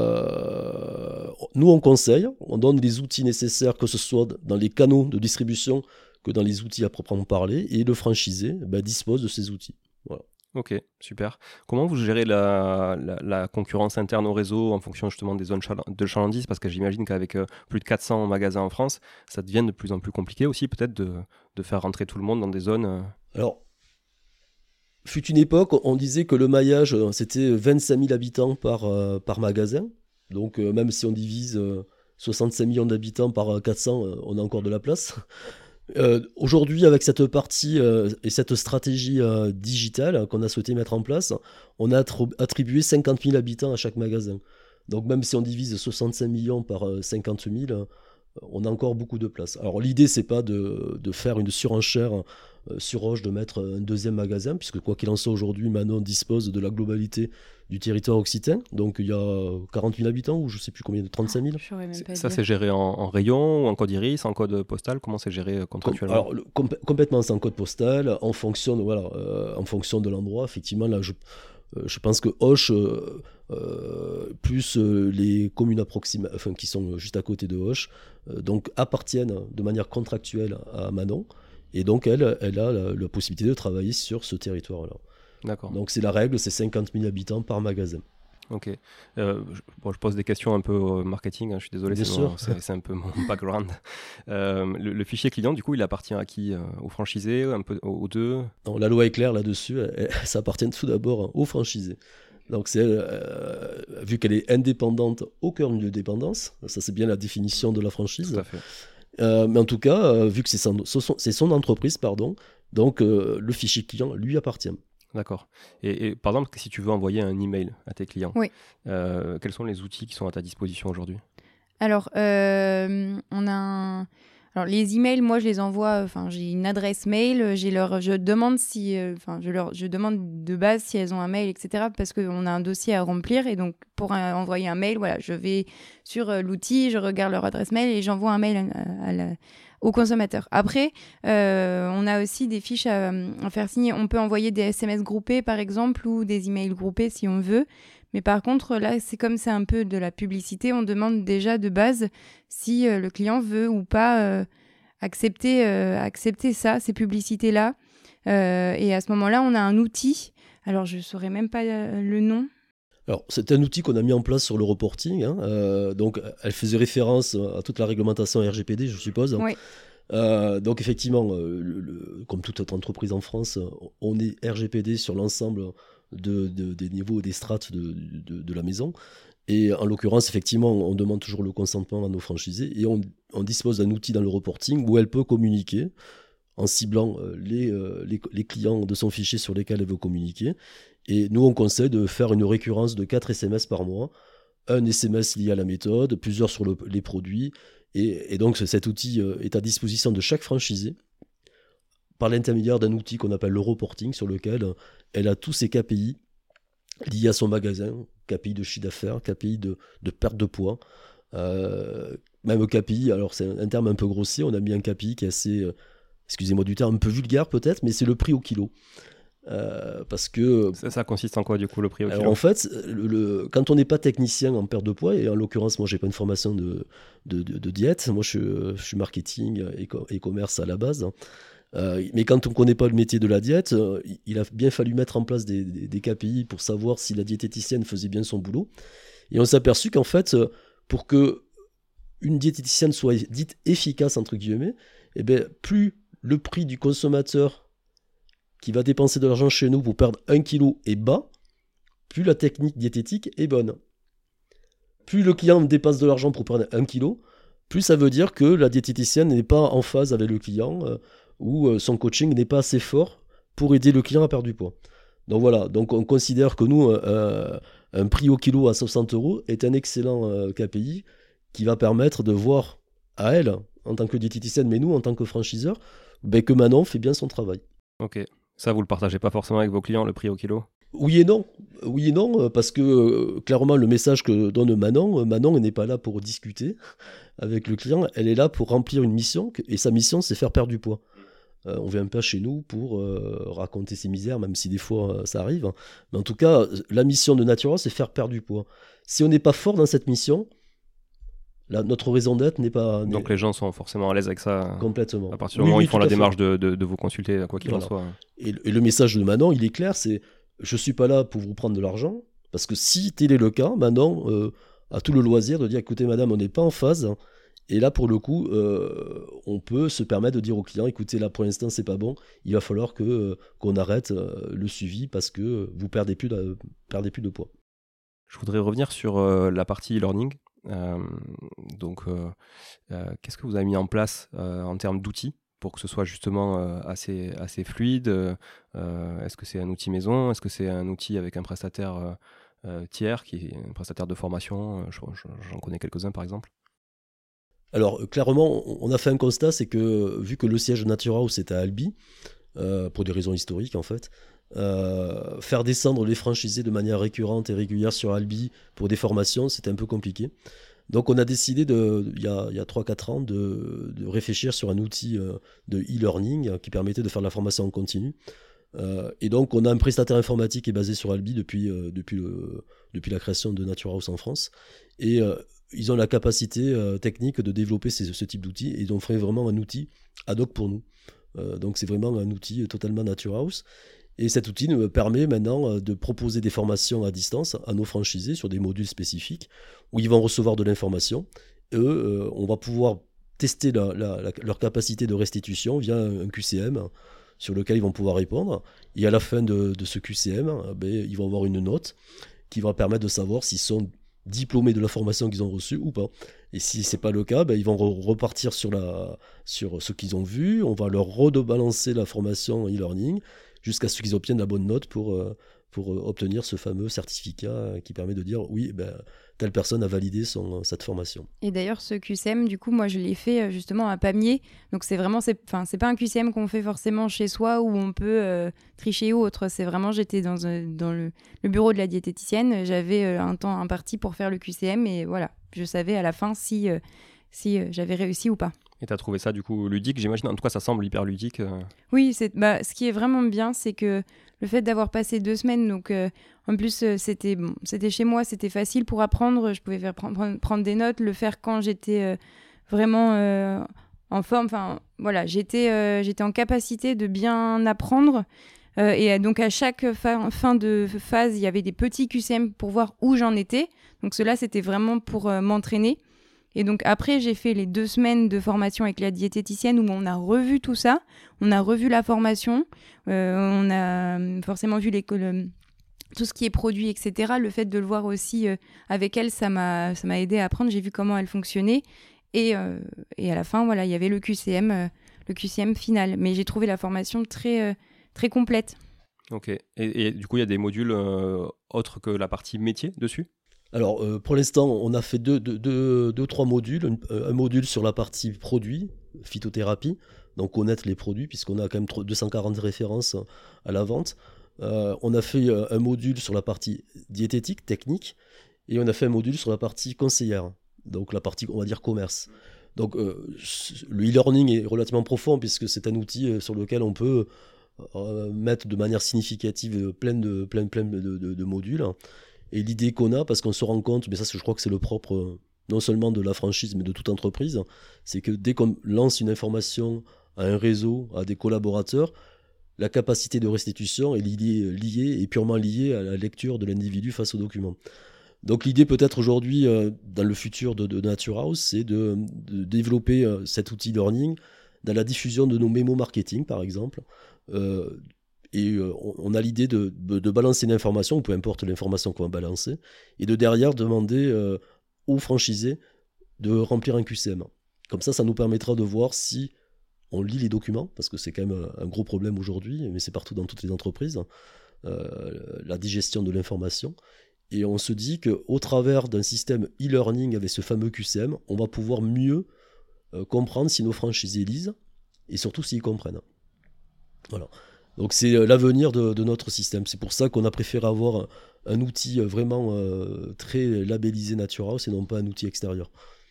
euh, nous on conseille, on donne les outils nécessaires, que ce soit dans les canaux de distribution que dans les outils à proprement parler, et le franchisé bah, dispose de ces outils. Voilà. Ok, super. Comment vous gérez la, la, la concurrence interne au réseau en fonction justement des zones de chalandise ? Parce que j'imagine qu'avec euh, plus de quatre cents magasins en France, ça devient de plus en plus compliqué aussi peut-être de, de faire rentrer tout le monde dans des zones... Euh... Alors, fut une époque, on disait que le maillage, c'était vingt-cinq mille habitants par, euh, par magasin. Donc euh, même si on divise euh, soixante-cinq millions d'habitants par quatre cents, euh, on a encore de la place. Euh, aujourd'hui, avec cette partie euh, et cette stratégie euh, digitale qu'on a souhaité mettre en place, on a attr- attribué cinquante mille habitants à chaque magasin. Donc même si on divise soixante-cinq millions par euh, cinquante mille, euh, on a encore beaucoup de place. Alors l'idée, c'est pas de, de faire une surenchère euh, sur roche, de mettre un deuxième magasin, puisque quoi qu'il en soit, aujourd'hui, Manon dispose de la globalité du territoire occitan. Donc il y a quarante mille habitants, ou je sais plus combien, de trente-cinq mille. Je saurais même pas Ça, dire. c'est géré en, en rayon ou en code iris, en code postal? Comment c'est géré euh, Com- contractuellement? alors, le- com- complètement sans code postal, en fonction de, voilà, euh, en fonction de l'endroit. Effectivement, là, je, euh, je pense que Auch, euh, euh, plus euh, les communes approxima- enfin, qui sont juste à côté de Auch, euh, donc appartiennent de manière contractuelle à Manon. Et donc, elle, elle a la, la possibilité de travailler sur ce territoire-là. D'accord. Donc, c'est la règle, c'est cinquante mille habitants par magasin. Ok. Euh, je, bon, je pose des questions un peu euh, marketing, hein, je suis désolé, Bien c'est, sûr. mon- c'est, c'est un peu mon background. Euh, le, le fichier client, du coup, il appartient à qui? euh, Aux franchisés, un peu aux, aux deux? Non, la loi est claire là-dessus, elle- elle- ça appartient tout d'abord aux franchisés. Donc, c'est, euh, vu qu'elle est indépendante, aucun lieu de dépendance, ça c'est bien la définition de la franchise. Tout à fait. Euh, mais en tout cas, euh, vu que c'est son, ce sont- c'est son entreprise, pardon, donc euh, le fichier client lui appartient. D'accord. Et, et par exemple, si tu veux envoyer un email à tes clients, Oui. euh, quels sont les outils qui sont à ta disposition aujourd'hui? Alors, euh, on a un... Alors, les emails, moi, je les envoie... Enfin, j'ai une adresse mail. J'ai leur, je demande si... euh, Enfin, je leur, je demande de base si elles ont un mail, et cetera. Parce qu'on a un dossier à remplir. Et donc, pour un- envoyer un mail, voilà, je vais sur euh, l'outil, je regarde leur adresse mail et j'envoie un mail à, à la- au consommateur. Après, euh, on a aussi des fiches à, à faire signer. On peut envoyer des S M S groupés, par exemple, ou des emails groupés si on veut. Mais par contre, là, c'est comme c'est un peu de la publicité, on demande déjà de base si euh, le client veut ou pas euh, accepter, euh, accepter ça, ces publicités-là. Euh, et à ce moment-là, on a un outil. Alors, je ne saurais même pas euh, le nom. Alors, c'est un outil qu'on a mis en place sur le reporting. Hein, euh, donc, elle faisait référence à toute la réglementation R G P D, je suppose. Oui. Euh, donc, effectivement, euh, le- le- comme toute autre entreprise en France, on est R G P D sur l'ensemble de, de- des niveaux, des strates de, de- de la maison. Et en l'occurrence, effectivement, on demande toujours le consentement à nos franchisés et on, on dispose d'un outil dans le reporting où elle peut communiquer en ciblant euh, les, euh, les, les clients de son fichier sur lesquels elle veut communiquer. Et nous, on conseille de faire une récurrence de quatre S M S par mois, un S M S lié à la méthode, plusieurs sur le- les produits. Et, et donc, cet outil euh, est à disposition de chaque franchisé par l'intermédiaire d'un outil qu'on appelle le reporting, sur lequel euh, elle a tous ses K P I liés à son magasin, K P I de chiffre d'affaires, K P I de, de perte de poids, euh, même K P I, alors c'est un, un terme un peu grossier, on a mis un K P I qui est assez, euh, excusez-moi du terme, un peu vulgaire peut-être, mais c'est le prix au kilo. Euh, parce que Ça, ça consiste en quoi, du coup, le prix au alors kilo? en fait, le, le- quand on n'est pas technicien en perte de poids, et en l'occurrence, moi, j'ai pas une formation de, de, de- de diète, moi, je, suis- je suis marketing et, co- et commerce à la base. Euh, mais quand on ne connaît pas le métier de la diète, euh, il- il a bien fallu mettre en place des, des- des K P I pour savoir si la diététicienne faisait bien son boulot. Et on s'est aperçu qu'en fait, euh, pour que une diététicienne soit dite efficace, entre guillemets, eh ben, plus le prix du consommateur qui va dépenser de l'argent chez nous pour perdre un kilo est bas, plus la technique diététique est bonne. Plus le client dépasse de l'argent pour perdre un kilo, plus ça veut dire que la diététicienne n'est pas en phase avec le client euh, ou euh, son coaching n'est pas assez fort pour aider le client à perdre du poids. Donc voilà, donc on considère que nous, euh, un prix au kilo à soixante euros est un excellent euh, K P I qui va permettre de voir à elle, en tant que diététicienne, mais nous, en tant que franchiseur, ben, que Manon fait bien son travail. Ok. Ça, vous le partagez pas forcément avec vos clients, le prix au kilo? Oui et non, oui et non, euh, parce que euh, clairement le message que donne Manon, euh, Manon n'est pas là pour discuter avec le client, elle est là pour remplir une mission, que- et sa mission c'est faire perdre du poids. Euh, on vient pas chez nous pour euh, raconter ses misères, même si des fois euh, ça arrive. hein. Mais en tout cas, euh, la mission de Natura, c'est faire perdre du poids. Si on n'est pas fort dans cette mission, la- notre raison d'être n'est pas n'est- Donc les gens sont forcément à l'aise avec ça, complètement. à partir du Oui, moment où oui, ils font tout la à fait. démarche de, de, de vous consulter, quoi qu'il en Voilà. soit. Et, le- et le message de Manon, il est clair, c'est je suis pas là pour vous prendre de l'argent, parce que si tel est le cas, Manon euh, a tout le loisir de dire écoutez madame, on n'est pas en phase. Et là, pour le coup, euh, on peut se permettre de dire au client écoutez, là pour l'instant c'est pas bon, il va falloir que euh, qu'on arrête euh, le suivi parce que vous perdez plus de, perdez plus de poids. Je voudrais revenir sur euh, la partie e-learning. Euh, donc, euh, euh, qu'est-ce que vous avez mis en place euh, en termes d'outils pour que ce soit justement euh, assez, assez fluide euh, Est-ce que c'est un outil maison? Est-ce que c'est un outil avec un prestataire euh, euh, tiers, qui est un prestataire de formation? je, je, J'en connais quelques-uns par exemple. Alors clairement, on a fait un constat, c'est que vu que le siège de Nature House est à Albi, euh, pour des raisons historiques en fait, euh, faire descendre les franchisés de manière récurrente et régulière sur Albi pour des formations, c'était un peu compliqué. Donc on a décidé, de, il y a, il y a trois quatre ans de, de réfléchir sur un outil euh, de e-learning qui permettait de faire de la formation en continu. Euh, et donc on a un prestataire informatique qui est basé sur Albi depuis, euh, depuis, le, depuis la création de Nature House en France. Et euh, ils ont la capacité euh, technique de développer ces, ce type d'outils, et ils ont fait vraiment un outil ad hoc pour nous. Euh, donc c'est vraiment un outil totalement Nature House. Et cet outil nous permet maintenant de proposer des formations à distance à nos franchisés sur des modules spécifiques où ils vont recevoir de l'information. Eux, euh, on va pouvoir tester la, la, la, leur capacité de restitution via un Q C M sur lequel ils vont pouvoir répondre. Et à la fin de, de ce Q C M, ben, ils vont avoir une note qui va permettre de savoir s'ils sont diplômés de la formation qu'ils ont reçue ou pas. Et si ce n'est pas le cas, ben, ils vont re- repartir sur, la, sur ce qu'ils ont vu. On va leur rebalancer la formation e-learning jusqu'à ce qu'ils obtiennent la bonne note pour, euh, pour euh, obtenir ce fameux certificat euh, qui permet de dire oui, ben, telle personne a validé son, cette formation. Et d'ailleurs, ce Q C M, du coup, moi, je l'ai fait justement à Pamiers. Donc, c'est vraiment, c'est, enfin, c'est pas un Q C M qu'on fait forcément chez soi où on peut euh, tricher ou autre. C'est vraiment, j'étais dans, euh, dans le, le bureau de la diététicienne. J'avais euh, un temps imparti pour faire le Q C M et voilà, je savais à la fin si, euh, si euh, j'avais réussi ou pas. Et tu as trouvé ça du coup ludique, j'imagine? En tout cas, ça semble hyper ludique. Euh... Oui, c'est, bah, ce qui est vraiment bien, c'est que le fait d'avoir passé deux semaines, donc euh, en plus euh, c'était, bon, c'était chez moi, c'était facile pour apprendre, je pouvais faire prendre, prendre des notes, le faire quand j'étais euh, vraiment euh, en forme, enfin voilà, j'étais, euh, j'étais en capacité de bien apprendre. Euh, et donc à chaque fa- fin de phase, il y avait des petits Q C M pour voir où j'en étais. Donc cela, c'était vraiment pour euh, m'entraîner. Et donc après, j'ai fait les deux semaines de formation avec la diététicienne où on a revu tout ça. On a revu la formation. Euh, on a forcément vu les, le, tout ce qui est produit, et cetera. Le fait de le voir aussi euh, avec elle, ça m'a, ça m'a aidé à apprendre. J'ai vu comment elle fonctionnait. Et, euh, et à la fin, voilà, il y avait le Q C M, euh, le Q C M final. Mais j'ai trouvé la formation très, euh, très complète. Ok. Et, et du coup, il y a des modules euh, autres que la partie métier dessus ? Alors, euh, pour l'instant, on a fait deux, deux, deux, deux trois modules. Un, un module sur la partie produits, phytothérapie, donc connaître les produits, puisqu'on a quand même deux cent quarante références à la vente. Euh, on a fait un module sur la partie diététique, technique, et on a fait un module sur la partie conseillère, donc la partie, on va dire, commerce. Donc, euh, le e-learning est relativement profond, puisque c'est un outil sur lequel on peut euh, mettre de manière significative plein de, plein, plein de, de, de modules. Et l'idée qu'on a, parce qu'on se rend compte, mais ça je crois que c'est le propre non seulement de la franchise, mais de toute entreprise, c'est que dès qu'on lance une information à un réseau, à des collaborateurs, la capacité de restitution est liée, liée et purement liée à la lecture de l'individu face au document. Donc l'idée peut-être aujourd'hui, euh, dans le futur de, de Nature House, c'est de, de développer euh, cet outil learning dans la diffusion de nos mémos marketing, par exemple. Euh, Et euh, on a l'idée de, de, de balancer une information, peu importe l'information qu'on va balancer, et de derrière demander euh, aux franchisés de remplir un Q C M. Comme ça, ça nous permettra de voir si on lit les documents, parce que c'est quand même un gros problème aujourd'hui, mais c'est partout dans toutes les entreprises, euh, la digestion de l'information. Et on se dit qu'au travers d'un système e-learning avec ce fameux Q C M, on va pouvoir mieux euh, comprendre si nos franchisés lisent, et surtout s'ils comprennent. Voilà. Donc c'est l'avenir de, de notre système. C'est pour ça qu'on a préféré avoir un, un outil vraiment euh, très labellisé Nature House et non pas un outil extérieur.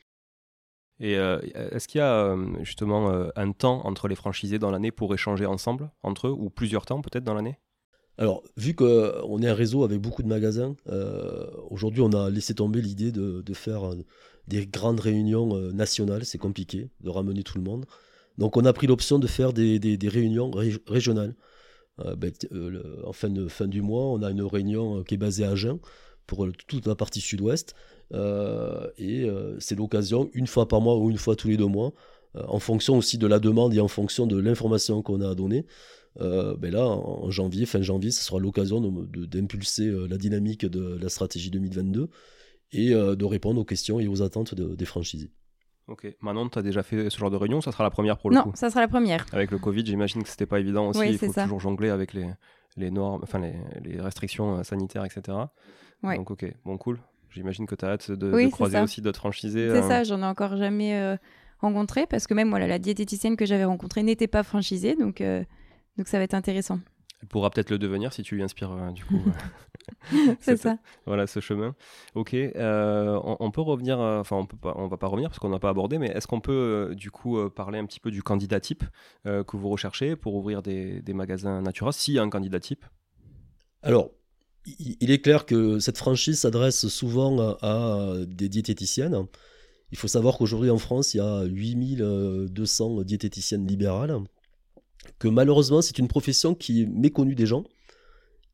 Et euh, est-ce qu'il y a euh, justement euh, un temps entre les franchisés dans l'année pour échanger ensemble, entre eux, ou plusieurs temps peut-être dans l'année ? Alors, vu qu'on est un réseau avec beaucoup de magasins, euh, aujourd'hui on a laissé tomber l'idée de, de faire euh, des grandes réunions euh, nationales. C'est compliqué de ramener tout le monde. Donc on a pris l'option de faire des, des, des réunions ré- régionales. Euh, ben, euh, le, en fin, de, fin du mois, on a une réunion euh, qui est basée à Agen pour euh, toute la partie sud-ouest. Euh, et euh, c'est l'occasion, une fois par mois ou une fois tous les deux mois, euh, en fonction aussi de la demande et en fonction de l'information qu'on a à donner. Euh, ben là, en janvier, fin janvier, ce sera l'occasion de, de, d'impulser euh, la dynamique de la stratégie deux mille vingt-deux et euh, de répondre aux questions et aux attentes de, des franchisés. Ok. Manon, tu as déjà fait ce genre de réunion? Ça sera la première pour le non, coup? Non, ça sera la première. Avec le Covid, j'imagine que c'était pas évident aussi. Oui, il faut ça. toujours jongler avec les, les normes, enfin les, les restrictions sanitaires, et cetera. Ouais. Donc ok, bon cool. J'imagine que tu as hâte de, oui, de croiser aussi d'autres franchisés. C'est euh... ça, j'en ai encore jamais euh, rencontré parce que même voilà, la diététicienne que j'avais rencontrée n'était pas franchisée, donc, euh, donc ça va être intéressant. Elle pourra peut-être le devenir si tu lui inspires euh, du coup. C'est ça. Voilà ce chemin. Ok, euh, on, on peut revenir, enfin euh, on peut pas, on va pas revenir parce qu'on n'a pas abordé, mais est-ce qu'on peut euh, du coup euh, parler un petit peu du candidat type euh, que vous recherchez pour ouvrir des, des magasins Natura, s'il y a un candidat type? Alors, il est clair que cette franchise s'adresse souvent à, à des diététiciennes. Il faut savoir qu'aujourd'hui en France, il y a huit mille deux cents diététiciennes libérales, que malheureusement c'est une profession qui est méconnue des gens. Pourquoi ?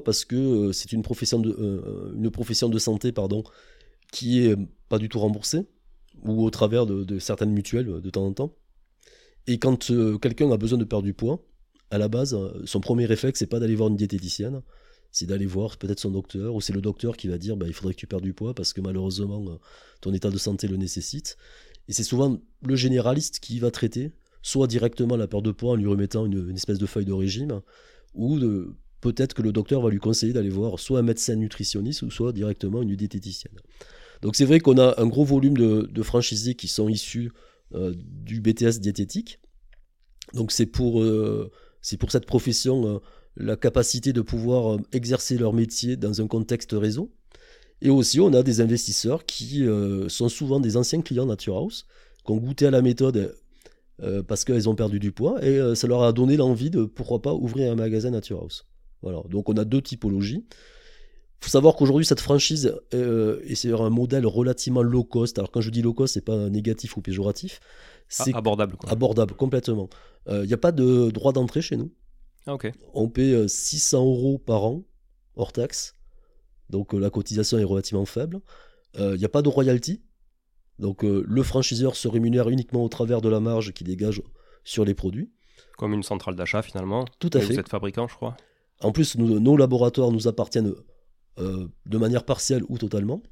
Parce que c'est une profession de, euh, une profession de santé pardon, qui est pas du tout remboursée, ou au travers de, de certaines mutuelles de temps en temps. Et quand euh, quelqu'un a besoin de perdre du poids, à la base, son premier réflexe, c'est pas d'aller voir une diététicienne, c'est d'aller voir peut-être son docteur, ou c'est le docteur qui va dire bah, il faudrait que tu perdes du poids parce que malheureusement ton état de santé le nécessite. Et c'est souvent le généraliste qui va traiter, soit directement la perte de poids en lui remettant une, une espèce de feuille de régime, ou de, peut-être que le docteur va lui conseiller d'aller voir soit un médecin nutritionniste, ou soit directement une diététicienne. Donc c'est vrai qu'on a un gros volume de, de franchisés qui sont issus euh, du B T S diététique. Donc c'est pour, euh, c'est pour cette profession... Euh, la capacité de pouvoir exercer leur métier dans un contexte réseau. Et aussi, on a des investisseurs qui euh, sont souvent des anciens clients Natura House, qui ont goûté à la méthode euh, parce qu'elles ont perdu du poids, et euh, ça leur a donné l'envie de, pourquoi pas, ouvrir un magasin Natura House. Voilà. Donc on a deux typologies. Il faut savoir qu'aujourd'hui, cette franchise euh, est sur un modèle relativement low cost. Alors quand je dis low cost, c'est pas négatif ou péjoratif. C'est ah, abordable. Quoi. Abordable, complètement. Il euh, n'y a pas de droit d'entrée chez nous. Ah, okay. On paie six cents euros par an, hors taxe. Donc euh, la cotisation est relativement faible. Il euh, n'y a pas de royalty. Donc euh, le franchiseur se rémunère uniquement au travers de la marge qu'il dégage sur les produits. Comme une centrale d'achat finalement. Tout à Et fait. Vous êtes fabricant, je crois. En plus, nous, nos laboratoires nous appartiennent euh, de manière partielle ou totalement.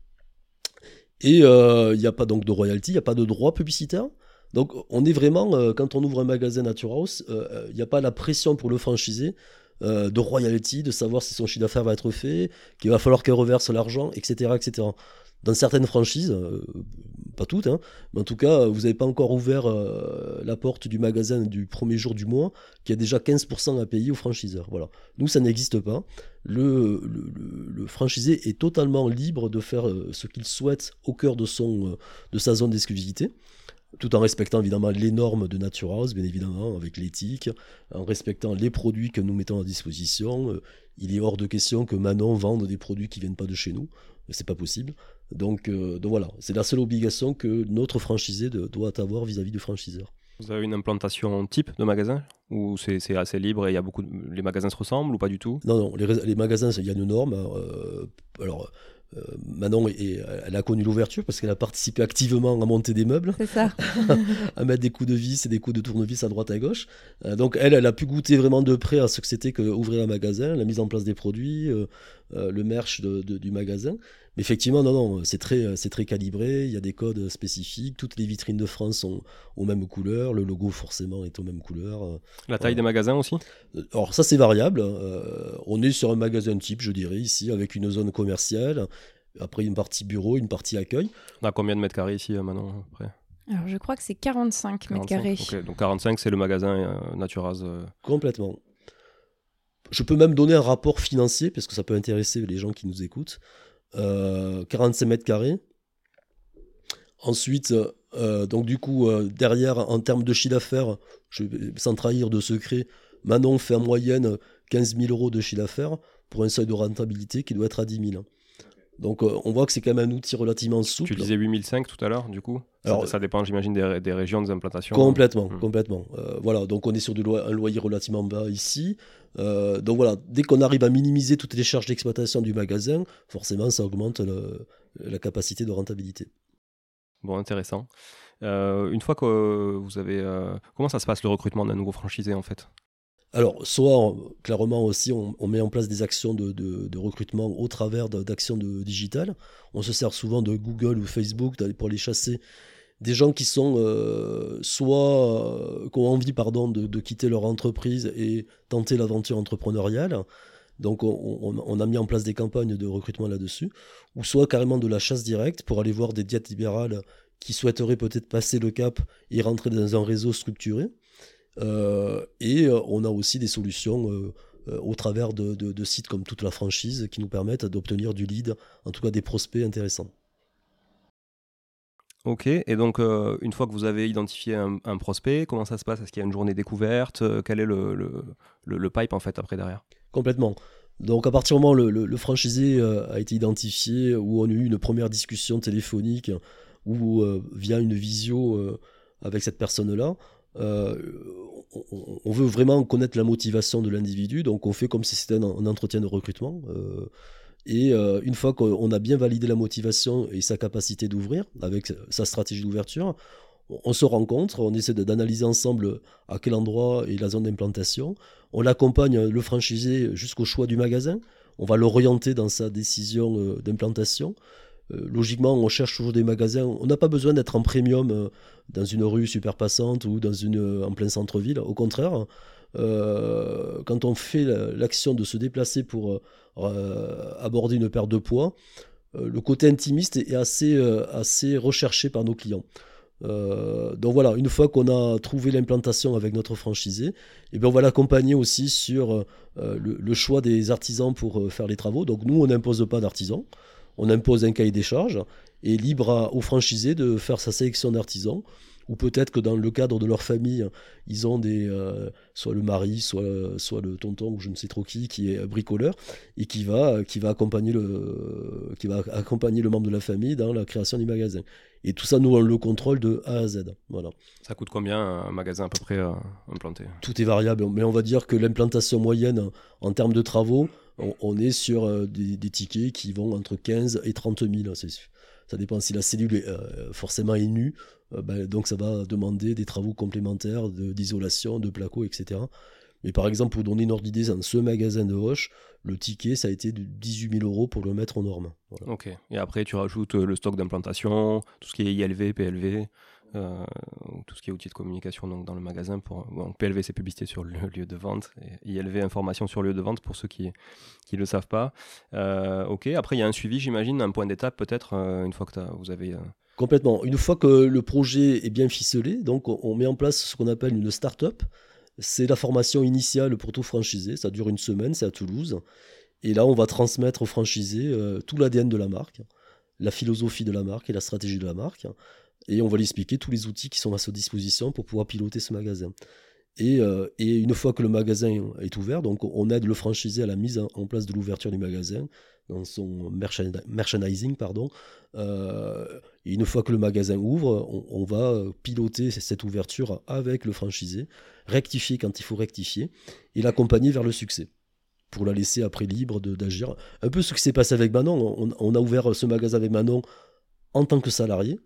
Et il euh, n'y a pas donc de royalty, il n'y a pas de droit publicitaire. Donc on est vraiment, euh, quand on ouvre un magasin Natura House, il euh, n'y a pas la pression pour le franchisé euh, de royalty, de savoir si son chiffre d'affaires va être fait, qu'il va falloir qu'elle reverse l'argent, et cetera, et cetera. Dans certaines franchises, euh, pas toutes, hein, mais en tout cas, vous n'avez pas encore ouvert euh, la porte du magasin du premier jour du mois, qu'il y a déjà quinze pour cent à payer aux franchiseurs. Voilà. Nous, ça n'existe pas. Le, le, le, le franchisé est totalement libre de faire euh, ce qu'il souhaite au cœur de, son, euh, de sa zone d'exclusivité, tout en respectant évidemment les normes de Natura House, bien évidemment, avec l'éthique, en respectant les produits que nous mettons à disposition. Euh, il est hors de question que Manon vende des produits qui ne viennent pas de chez nous. C'est pas possible. Donc, euh, donc voilà, c'est la seule obligation que notre franchisé de, doit avoir vis-à-vis du franchiseur. Vous avez une implantation type de magasin ou c'est, c'est assez libre et il y a beaucoup de... les magasins se ressemblent ou pas du tout? Non, non, les, les magasins, il y a une norme. Euh, alors, euh, Manon, est, est, elle a connu l'ouverture parce qu'elle a participé activement à monter des meubles. C'est ça. À mettre des coups de vis et des coups de tournevis à droite à gauche. Euh, donc elle, elle a pu goûter vraiment de près à ce que c'était qu'ouvrir un magasin, la mise en place des produits, euh, euh, le merch de, de, du magasin. Mais effectivement, non, non, c'est très, c'est très calibré, il y a des codes spécifiques, toutes les vitrines de France sont aux mêmes couleurs, le logo forcément est aux mêmes couleurs. La taille voilà. des magasins aussi ? Alors ça c'est variable, euh, on est sur un magasin type, je dirais, ici, avec une zone commerciale, après une partie bureau, une partie accueil. On a combien de mètres carrés ici maintenant après ? Alors je crois que c'est quarante-cinq mètres carrés. Okay. Donc quarante-cinq c'est le magasin euh, Naturaz. Euh... Complètement. Je peux même donner un rapport financier, parce que ça peut intéresser les gens qui nous écoutent. Euh, quarante-cinq mètres carrés. Ensuite, euh, donc du coup, euh, derrière, en termes de chiffre d'affaires, je, sans trahir de secret, Manon fait en moyenne quinze mille euros de chiffre d'affaires pour un seuil de rentabilité qui doit être à dix mille. Donc euh, on voit que c'est quand même un outil relativement souple. Tu disais huit mille cinq tout à l'heure, du coup. Alors, ça, ça dépend, j'imagine, des, des régions, des implantations. Complètement, mmh. complètement. Euh, voilà, donc on est sur du lo- un loyer relativement bas ici. Euh, donc voilà, dès qu'on arrive à minimiser toutes les charges d'exploitation du magasin, forcément ça augmente le, la capacité de rentabilité. Bon, intéressant. Euh, une fois que vous avez... Euh, comment ça se passe le recrutement d'un nouveau franchisé en fait ? Alors, soit clairement aussi, on, on met en place des actions de, de, de recrutement au travers de, d'actions de digitales. On se sert souvent de Google ou Facebook pour les chasser des gens qui sont euh, soit euh, qui ont envie pardon, de, de quitter leur entreprise et tenter l'aventure entrepreneuriale. Donc on, on, on a mis en place des campagnes de recrutement là-dessus, ou soit carrément de la chasse directe pour aller voir des diètes libérales qui souhaiteraient peut-être passer le cap et rentrer dans un réseau structuré. Euh, et euh, on a aussi des solutions euh, euh, au travers de, de, de sites comme Toute la franchise qui nous permettent d'obtenir du lead, en tout cas des prospects intéressants. Ok, et donc euh, une fois que vous avez identifié un, un prospect, comment ça se passe? Est-ce qu'il y a une journée découverte? Quel est le, le, le, le pipe en fait après derrière? Complètement. Donc à partir du moment où le, le, le franchisé euh, a été identifié, où on a eu une première discussion téléphonique, ou euh, via une visio euh, avec cette personne-là, euh, on, on veut vraiment connaître la motivation de l'individu, donc on fait comme si c'était un, un entretien de recrutement. Euh, et euh, une fois qu'on a bien validé la motivation et sa capacité d'ouvrir, avec sa stratégie d'ouverture, on, on se rencontre, on essaie de, d'analyser ensemble à quel endroit est la zone d'implantation. On l'accompagne, le franchisé, jusqu'au choix du magasin. On va l'orienter dans sa décision euh, d'implantation. Euh, logiquement, on cherche toujours des magasins. On n'a pas besoin d'être en premium euh, dans une rue super passante ou dans une, euh, en plein centre-ville. Au contraire, euh, quand on fait la, l'action de se déplacer pour euh, aborder une perte de poids, euh, le côté intimiste est assez, euh, assez recherché par nos clients. Euh, donc voilà, une fois qu'on a trouvé l'implantation avec notre franchisé, eh bien on va l'accompagner aussi sur euh, le, le choix des artisans pour euh, faire les travaux. Donc nous, on n'impose pas d'artisans. On impose un cahier des charges et libre à, au franchisé de faire sa sélection d'artisans, ou peut-être que dans le cadre de leur famille, ils ont des, euh, soit le mari, soit, soit le tonton, ou je ne sais trop qui, qui est bricoleur, et qui va, qui va, accompagner, le, qui va accompagner le membre de la famille dans la création du magasin. Et tout ça, nous, on le contrôle de A à Z. Voilà. Ça coûte combien un magasin à peu près euh, implanté? Tout est variable, mais on va dire que l'implantation moyenne en termes de travaux, on, on est sur euh, des, des tickets qui vont entre quinze et trente mille. C'est, ça dépend si la cellule est, euh, forcément est nue, euh, ben, donc ça va demander des travaux complémentaires de, d'isolation, de placo, et cetera. Mais par exemple, pour donner une ordre d'idée, dans ce magasin de Hoche, le ticket, ça a été de dix-huit mille euros pour le mettre aux normes. Voilà. Ok. Et après, tu rajoutes le stock d'implantation, tout ce qui est I L V, P L V, euh, tout ce qui est outils de communication donc, dans le magasin. Pour... Bon, P L V, c'est publicité sur le lieu de vente. Et I L V, information sur le lieu de vente pour ceux qui ne le savent pas. Euh, ok. Après, il y a un suivi, j'imagine, un point d'étape peut-être, euh, une fois que vous avez... Euh... Complètement. Une fois que le projet est bien ficelé, donc on, on met en place ce qu'on appelle une start-up. C'est la formation initiale pour tout franchisé. Ça dure une semaine, c'est à Toulouse. Et là, on va transmettre au franchisé euh, tout l'A D N de la marque, la philosophie de la marque et la stratégie de la marque. Et on va lui expliquer tous les outils qui sont à sa disposition pour pouvoir piloter ce magasin. Et, euh, et une fois que le magasin est ouvert, donc on aide le franchisé à la mise en place de l'ouverture du magasin, dans son merchandising, pardon. Euh, et une fois que le magasin ouvre, on, on va piloter cette ouverture avec le franchisé, rectifier quand il faut rectifier, et l'accompagner vers le succès, pour la laisser après libre de, d'agir. Un peu ce qui s'est passé avec Manon. On, on a ouvert ce magasin avec Manon en tant que salarié,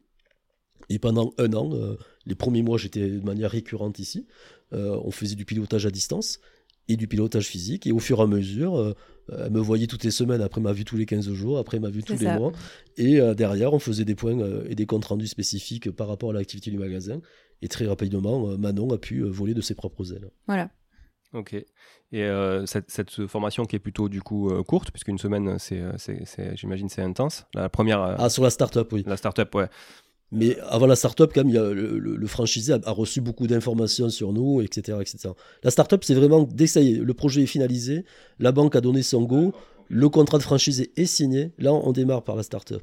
et pendant un an, euh, les premiers mois, j'étais de manière récurrente ici. Euh, on faisait du pilotage à distance et du pilotage physique. Et au fur et à mesure, euh, elle me voyait toutes les semaines, après elle m'a vu tous les quinze jours, après elle m'a vu C'est tous ça. les mois. Et euh, derrière, on faisait des points euh, et des comptes rendus spécifiques par rapport à l'activité du magasin. Et très rapidement, euh, Manon a pu euh, voler de ses propres ailes. Voilà. Ok. Et euh, cette, cette formation qui est plutôt du coup euh, courte, puisqu'une semaine, c'est, c'est, c'est, j'imagine, c'est intense. La première. Euh, ah, sur la start-up, oui. La start-up, ouais. Mais avant la start-up, quand même, il y a le, le, le franchisé a, a reçu beaucoup d'informations sur nous, et cetera, et cetera. La start-up, c'est vraiment dès que ça y est, le projet est finalisé, la banque a donné son go, le contrat de franchisé est signé. Là, on démarre par la start-up.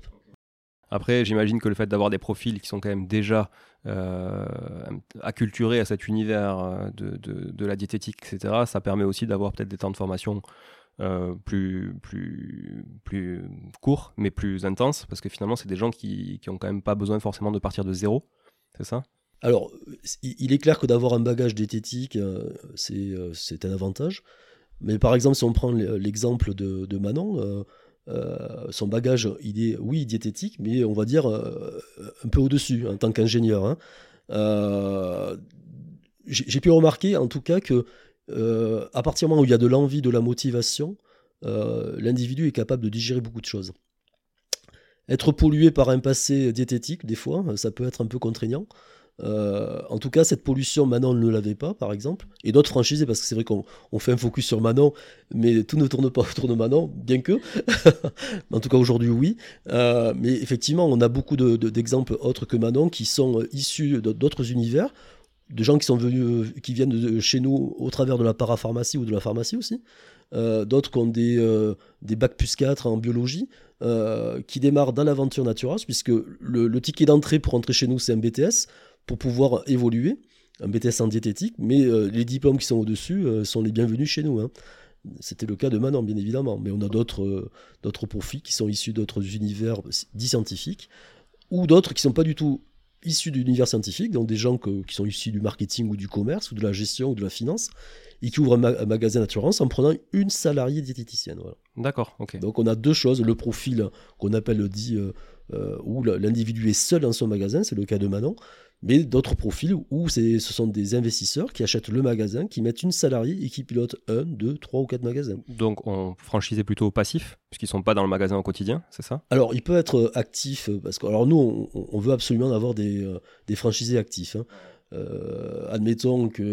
Après, j'imagine que le fait d'avoir des profils qui sont quand même déjà euh, acculturés à cet univers de, de, de la diététique, et cetera, ça permet aussi d'avoir peut-être des temps de formation Euh, plus, plus, plus court, mais plus intense, parce que finalement, c'est des gens qui qui ont quand même pas besoin forcément de partir de zéro, c'est ça? Alors, il est clair que d'avoir un bagage diététique, euh, c'est, euh, c'est un avantage. Mais par exemple, si on prend l'exemple de, de Manon, euh, euh, son bagage, il est, oui, diététique, mais on va dire euh, un peu au-dessus, en tant qu'ingénieur. Hein. Euh, j'ai, j'ai pu remarquer, en tout cas, que Euh, à partir du moment où il y a de l'envie, de la motivation, euh, l'individu est capable de digérer beaucoup de choses. être pollué par un passé diététique, des fois, ça peut être un peu contraignant. Euh, en tout cas, cette pollution, Manon ne l'avait pas, par exemple, et d'autres franchisés, parce que c'est vrai qu'on on fait un focus sur Manon, mais tout ne tourne pas autour de Manon, bien que. En tout cas, aujourd'hui, oui. Euh, mais effectivement, on a beaucoup de, de, d'exemples autres que Manon qui sont issus d'autres univers, de gens qui sont venus, qui viennent de chez nous au travers de la parapharmacie ou de la pharmacie aussi. Euh, d'autres qui ont des, euh, des bacs plus quatre en biologie, euh, qui démarrent dans l'aventure Naturas, puisque le, le ticket d'entrée pour entrer chez nous, c'est un B T S, pour pouvoir évoluer, un B T S en diététique, mais euh, les diplômes qui sont au-dessus euh, sont les bienvenus chez nous. Hein. C'était le cas de Manon, bien évidemment, mais on a d'autres, euh, d'autres profils qui sont issus d'autres univers dits scientifiques, ou d'autres qui ne sont pas du tout issus d'univers scientifique, donc des gens que, qui sont issus du marketing ou du commerce, ou de la gestion ou de la finance, et qui ouvrent un, ma- un magasin Naturance en prenant une salariée diététicienne. Voilà. D'accord, ok. Donc on a deux choses, le profil qu'on appelle dit, euh, euh, où l'individu est seul dans son magasin, c'est le cas de Manon, mais d'autres profils où c'est, ce sont des investisseurs qui achètent le magasin, qui mettent une salariée et qui pilotent un, deux, trois ou quatre magasins. Donc on franchisait plutôt passif, puisqu'ils ne sont pas dans le magasin au quotidien, c'est ça? Alors il peut être actif, parce que alors nous on, on veut absolument avoir des, euh, des franchisés actifs. Hein. Euh, admettons que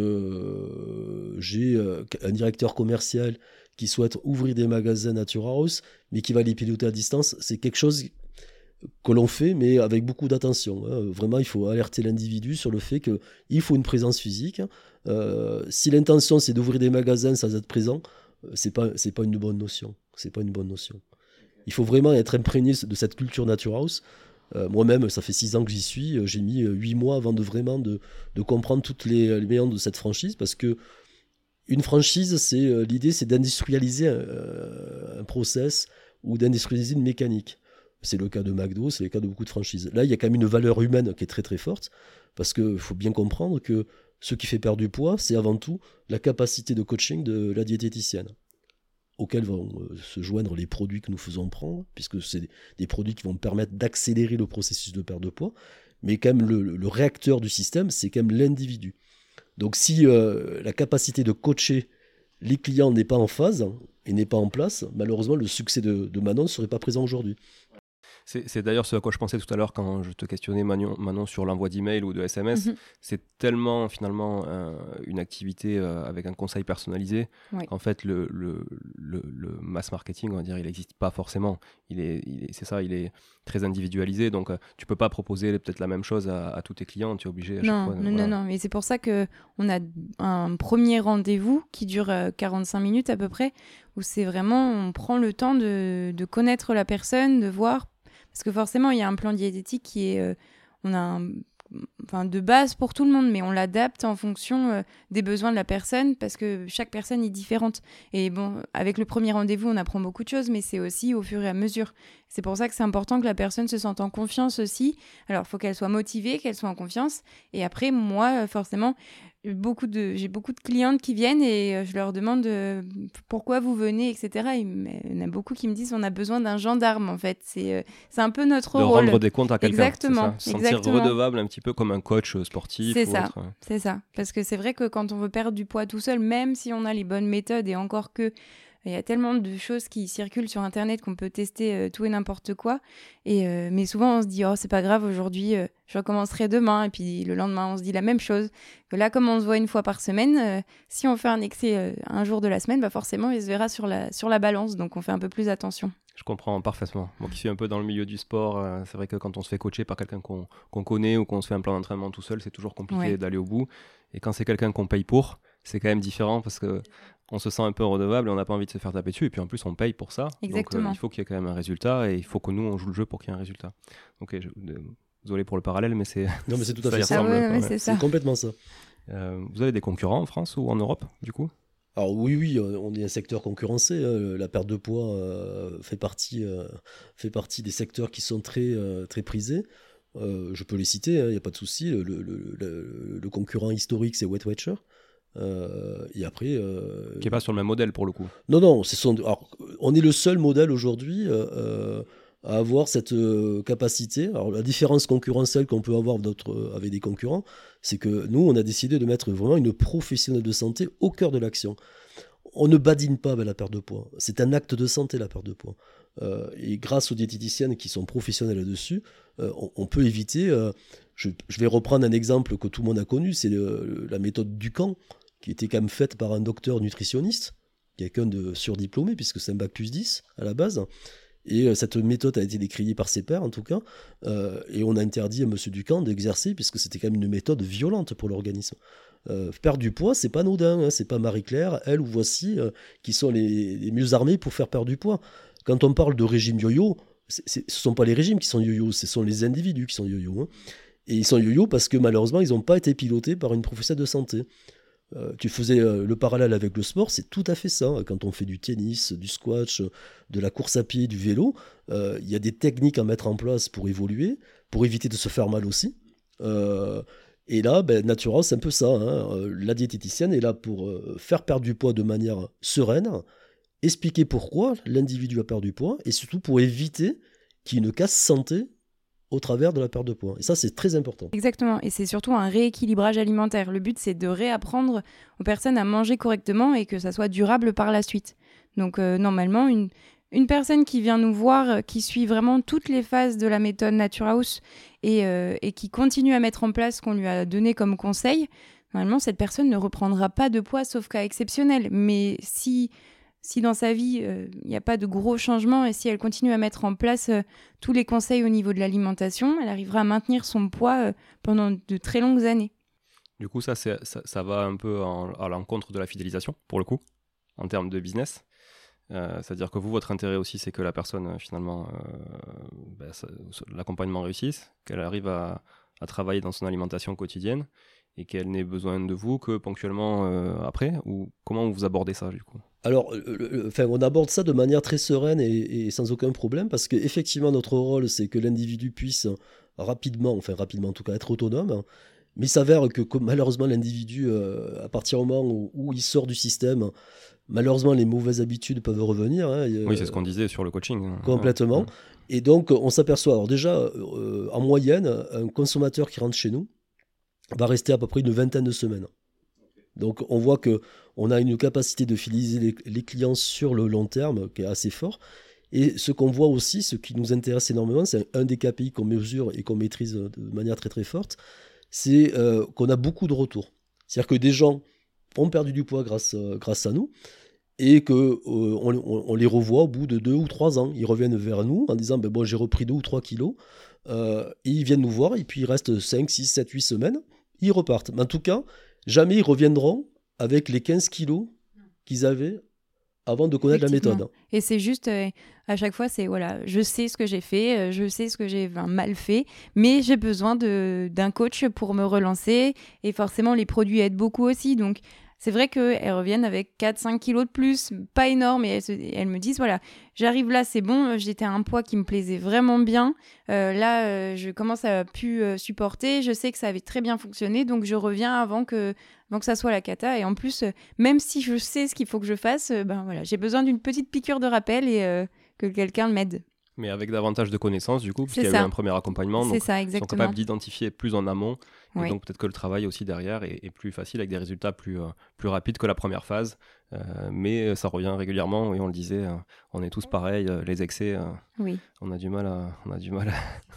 euh, j'ai euh, un directeur commercial qui souhaite ouvrir des magasins Naturhaus, mais qui va les piloter à distance, c'est quelque chose que l'on fait, mais avec beaucoup d'attention. Hein. Vraiment, il faut alerter l'individu sur le fait qu'il faut une présence physique. Euh, si l'intention, c'est d'ouvrir des magasins sans être présent, c'est pas, c'est pas une bonne notion. C'est pas une bonne notion. Il faut vraiment être imprégné de cette culture Naturhaus. Euh, moi-même, ça fait six ans que j'y suis. J'ai mis huit mois avant de vraiment de, de comprendre toutes les, les méandres de cette franchise, parce que une franchise, c'est, euh, l'idée, c'est d'industrialiser un, un process ou d'industrialiser une mécanique. C'est le cas de McDo, c'est le cas de beaucoup de franchises. Là, il y a quand même une valeur humaine qui est très très forte, parce qu'il faut bien comprendre que ce qui fait perdre du poids, c'est avant tout la capacité de coaching de la diététicienne, auxquels vont euh, se joindre les produits que nous faisons prendre, puisque c'est des, des produits qui vont permettre d'accélérer le processus de perte de poids, mais quand même le, le réacteur du système, c'est quand même l'individu. Donc si euh, la capacité de coacher les clients n'est pas en phase et n'est pas en place, malheureusement le succès de, de Manon ne serait pas présent aujourd'hui. C'est, c'est d'ailleurs ce à quoi je pensais tout à l'heure quand je te questionnais, Manon, Manon sur l'envoi d'email ou de S M S. Mm-hmm. C'est tellement finalement euh, une activité euh, avec un conseil personnalisé ouais. qu'en fait le, le, le, le mass marketing, on va dire, il n'existe pas forcément. Il est, il est, c'est ça, il est très individualisé. Donc euh, tu ne peux pas proposer peut-être la même chose à, à tous tes clients. Tu es obligé à chaque non, fois. Non, voilà. non, non. Mais c'est pour ça qu'on a un premier rendez-vous qui dure euh, quarante-cinq minutes à peu près, où c'est vraiment, on prend le temps de, de connaître la personne, de voir. Parce que forcément, il y a un plan diététique qui est... Euh, on a un, enfin, de base pour tout le monde, mais on l'adapte en fonction euh, des besoins de la personne, parce que chaque personne est différente. Et bon, avec le premier rendez-vous, on apprend beaucoup de choses, mais c'est aussi au fur et à mesure. C'est pour ça que c'est important que la personne se sente en confiance aussi. Alors, il faut qu'elle soit motivée, qu'elle soit en confiance. Et après, moi, forcément... Beaucoup de, j'ai beaucoup de clientes qui viennent et je leur demande euh, pourquoi vous venez, et cetera. Il y en a beaucoup qui me disent on a besoin d'un gendarme, en fait. C'est, euh, c'est un peu notre de rôle. De rendre des comptes à quelqu'un. Exactement. C'est ça. Se sentir exactement. redevable un petit peu comme un coach sportif. C'est ou ça. autre. C'est ça. Parce que c'est vrai que quand on veut perdre du poids tout seul, même si on a les bonnes méthodes, et encore que il y a tellement de choses qui circulent sur Internet qu'on peut tester euh, tout et n'importe quoi. Et, euh, mais souvent, on se dit, oh, c'est pas grave, aujourd'hui, euh, je recommencerai demain. Et puis le lendemain, on se dit la même chose. Que là, comme on se voit une fois par semaine, euh, si on fait un excès euh, un jour de la semaine, bah forcément, il se verra sur la, sur la balance. Donc, on fait un peu plus attention. Je comprends parfaitement. Moi qui suis un peu dans le milieu du sport, euh, c'est vrai que quand on se fait coacher par quelqu'un qu'on, qu'on connaît ou qu'on se fait un plan d'entraînement tout seul, c'est toujours compliqué ouais. d'aller au bout. Et quand c'est quelqu'un qu'on paye pour, c'est quand même différent parce que on se sent un peu redevable et on n'a pas envie de se faire taper dessus. Et puis en plus, on paye pour ça. Exactement. Donc euh, il faut qu'il y ait quand même un résultat et il faut que nous, on joue le jeu pour qu'il y ait un résultat. Ok, je, euh, désolé pour le parallèle, mais c'est... Non, mais c'est tout à fait ça. Ah ouais, ouais, c'est, ça. C'est complètement ça. Euh, vous avez des concurrents en France ou en Europe, du coup ? Alors oui, oui, on est un secteur concurrencé. Hein. La perte de poids euh, fait, partie, euh, fait partie des secteurs qui sont très, euh, très prisés. Euh, je peux les citer, il hein, n'y a pas de souci. Le, le, le, le concurrent historique, c'est Weight Watcher. Euh, et après, euh... qui n'est pas sur le même modèle pour le coup. Non, non, c'est son... Alors, on est le seul modèle aujourd'hui euh, à avoir cette euh, capacité. Alors la différence concurrentielle qu'on peut avoir d'autres, avec des concurrents, c'est que nous, on a décidé de mettre vraiment une professionnelle de santé au cœur de l'action. on ne badine pas avec la perte de poids. C'est un acte de santé, la perte de poids. Euh, et grâce aux diététiciennes qui sont professionnelles là-dessus, euh, on, on peut éviter... Euh, je, je vais reprendre un exemple que tout le monde a connu, c'est le, la méthode Dukan, qui était quand même faite par un docteur nutritionniste, quelqu'un de surdiplômé, puisque c'est un bac plus dix à la base. Et euh, cette méthode a été décriée par ses pairs, en tout cas. Euh, et on a interdit à M. Dukan d'exercer, puisque c'était quand même une méthode violente pour l'organisme. Euh, perdre du poids, c'est pas anodin, hein, c'est pas Marie-Claire, elle ou voici, euh, qui sont les, les mieux armés pour faire perdre du poids. Quand on parle de régime yo-yo, c'est, c'est, ce ne sont pas les régimes qui sont yo-yo, ce sont les individus qui sont yo-yo. Hein. Et ils sont yo-yo parce que malheureusement, ils n'ont pas été pilotés par une professionnelle de santé. Euh, tu faisais euh, le parallèle avec le sport, c'est tout à fait ça. Quand on fait du tennis, du squash, de la course à pied, du vélo, euh, il y a des techniques à mettre en place pour évoluer, pour éviter de se faire mal aussi. Euh, et là, ben, Natura, c'est un peu ça. Hein. La diététicienne est là pour euh, faire perdre du poids de manière sereine, expliquer pourquoi l'individu a perdu du poids, et surtout pour éviter qu'il y ait une casse santé au travers de la perte de poids. Et ça, c'est très important. Exactement. Et c'est surtout un rééquilibrage alimentaire. Le but, c'est de réapprendre aux personnes à manger correctement et que ça soit durable par la suite. Donc, euh, normalement, une, une personne qui vient nous voir, qui suit vraiment toutes les phases de la méthode Naturhaus et, euh, et qui continue à mettre en place ce qu'on lui a donné comme conseil, normalement, cette personne ne reprendra pas de poids, sauf cas exceptionnel. Mais si... Si dans sa vie, il euh, n'y a pas de gros changements et si elle continue à mettre en place euh, tous les conseils au niveau de l'alimentation, elle arrivera à maintenir son poids euh, pendant de très longues années. Du coup, ça, c'est, ça, ça va un peu en, à l'encontre de la fidélisation, pour le coup, en termes de business. Euh, c'est-à-dire que vous, votre intérêt aussi, c'est que la personne, finalement, euh, ben, ça, l'accompagnement réussisse, qu'elle arrive à, à travailler dans son alimentation quotidienne et qu'elle n'ait besoin de vous que ponctuellement euh, après, ou comment vous abordez ça, du coup ? Alors, euh, euh, on aborde ça de manière très sereine et, et sans aucun problème, parce qu'effectivement, notre rôle, c'est que l'individu puisse rapidement, enfin rapidement en tout cas, être autonome. Mais il s'avère que, que malheureusement, l'individu, euh, à partir du moment où, où il sort du système, malheureusement, les mauvaises habitudes peuvent revenir. Hein, oui, c'est ce qu'on disait sur le coaching. Complètement. Ouais. Et donc, on s'aperçoit, alors déjà, euh, en moyenne, un consommateur qui rentre chez nous va rester à peu près une vingtaine de semaines. Donc on voit qu'on a une capacité de fidéliser les, les clients sur le long terme qui est assez fort. Et ce qu'on voit aussi, ce qui nous intéresse énormément, c'est un des K P I qu'on mesure et qu'on maîtrise de manière très très forte, c'est euh, qu'on a beaucoup de retours. C'est-à-dire que des gens ont perdu du poids grâce, euh, grâce à nous et qu'on euh, on, on les revoit au bout de deux ou trois ans. Ils reviennent vers nous en disant ben, « bon, j'ai repris deux ou trois kilos euh, » et ils viennent nous voir et puis ils restent cinq, six, sept, huit semaines, ils repartent. Mais en tout cas, jamais ils reviendront avec les quinze kilos qu'ils avaient avant de connaître la méthode. Et c'est juste, euh, à chaque fois, c'est voilà, je sais ce que j'ai fait, euh, je sais ce que j'ai enfin, mal fait, mais j'ai besoin de, d'un coach pour me relancer. Et forcément, les produits aident beaucoup aussi. Donc, c'est vrai qu'elles reviennent avec quatre à cinq kilos de plus, pas énorme, et elles, se, elles me disent, voilà, j'arrive là, c'est bon, j'étais à un poids qui me plaisait vraiment bien, euh, là, euh, je commence à plus euh, supporter, je sais que ça avait très bien fonctionné, donc je reviens avant que, avant que ça soit la cata, et en plus, euh, même si je sais ce qu'il faut que je fasse, euh, ben voilà, j'ai besoin d'une petite piqûre de rappel et euh, que quelqu'un m'aide. Mais avec davantage de connaissances, du coup, puisqu'il y a eu un premier accompagnement. C'est donc ça, ils sont capables d'identifier plus en amont. Et oui. Donc, peut-être que le travail aussi derrière est, est plus facile, avec des résultats plus, euh, plus rapides que la première phase. Euh, mais ça revient régulièrement. Oui, on le disait, euh, on est tous pareils. Euh, les excès, euh, oui. on a du mal à, on a du mal à,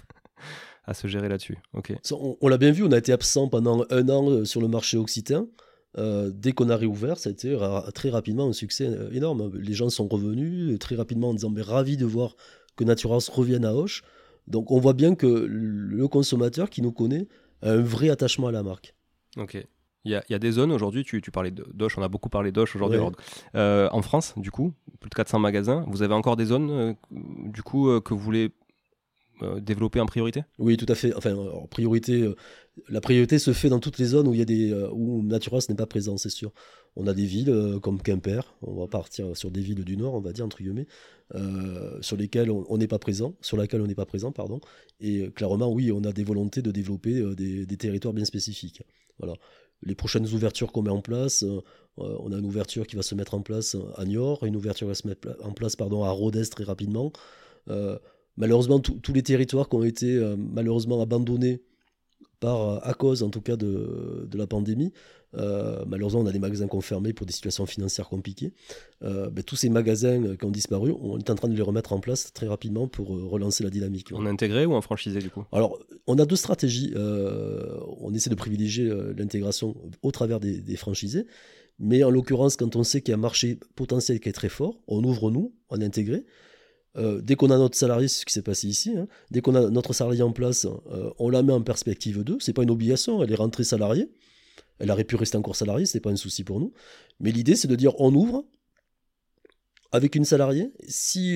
à se gérer là-dessus. Okay. On, on l'a bien vu, on a été absent pendant un an sur le marché occitan. Euh, dès qu'on a réouvert, ça a été ra- très rapidement un succès énorme. Les gens sont revenus très rapidement en disant mais ravis de voir que Naturhaus revienne à Auch. Donc on voit bien que le consommateur qui nous connaît a un vrai attachement à la marque. Ok. Il y a, il y a des zones aujourd'hui, tu, tu parlais d'Auch, on a beaucoup parlé d'Auch aujourd'hui. Ouais. Euh, en France, du coup, plus de quatre cents magasins. Vous avez encore des zones euh, du coup, euh, que vous voulez euh, développer en priorité ? Oui, tout à fait. Enfin, en priorité, euh, la priorité se fait dans toutes les zones où, il y a des, euh, où Naturhaus n'est pas présent, c'est sûr. On a des villes euh, comme Quimper, on va partir sur des villes du Nord, on va dire, entre guillemets, euh, sur lesquelles on n'est pas présent, sur laquelle on n'est pas présent, pardon. Et euh, clairement, oui, on a des volontés de développer euh, des, des territoires bien spécifiques. Voilà. Les prochaines ouvertures qu'on met en place, euh, on a une ouverture qui va se mettre en place à Niort, une ouverture qui va se mettre en place pardon, à Rodez très rapidement. Euh, malheureusement, tous les territoires qui ont été euh, malheureusement abandonnés par, à cause en tout cas de, de la pandémie. Euh, malheureusement, on a des magasins qui ont fermé pour des situations financières compliquées. Euh, ben, tous ces magasins qui ont disparu, on est en train de les remettre en place très rapidement pour euh, relancer la dynamique. En intégré ou en franchisé du coup? Alors, on a deux stratégies. Euh, on essaie de privilégier euh, l'intégration au travers des, des franchisés. Mais en l'occurrence, quand on sait qu'il y a un marché potentiel qui est très fort, on ouvre nous, en intégré. Euh, dès qu'on a notre salarié, c'est ce qui s'est passé ici, hein, dès qu'on a notre salarié en place, euh, on la met en perspective d'eux. C'est pas une obligation, elle est rentrée salariée. Elle aurait pu rester encore salariée, ce n'est pas un souci pour nous. Mais l'idée, c'est de dire on ouvre avec une salariée. Si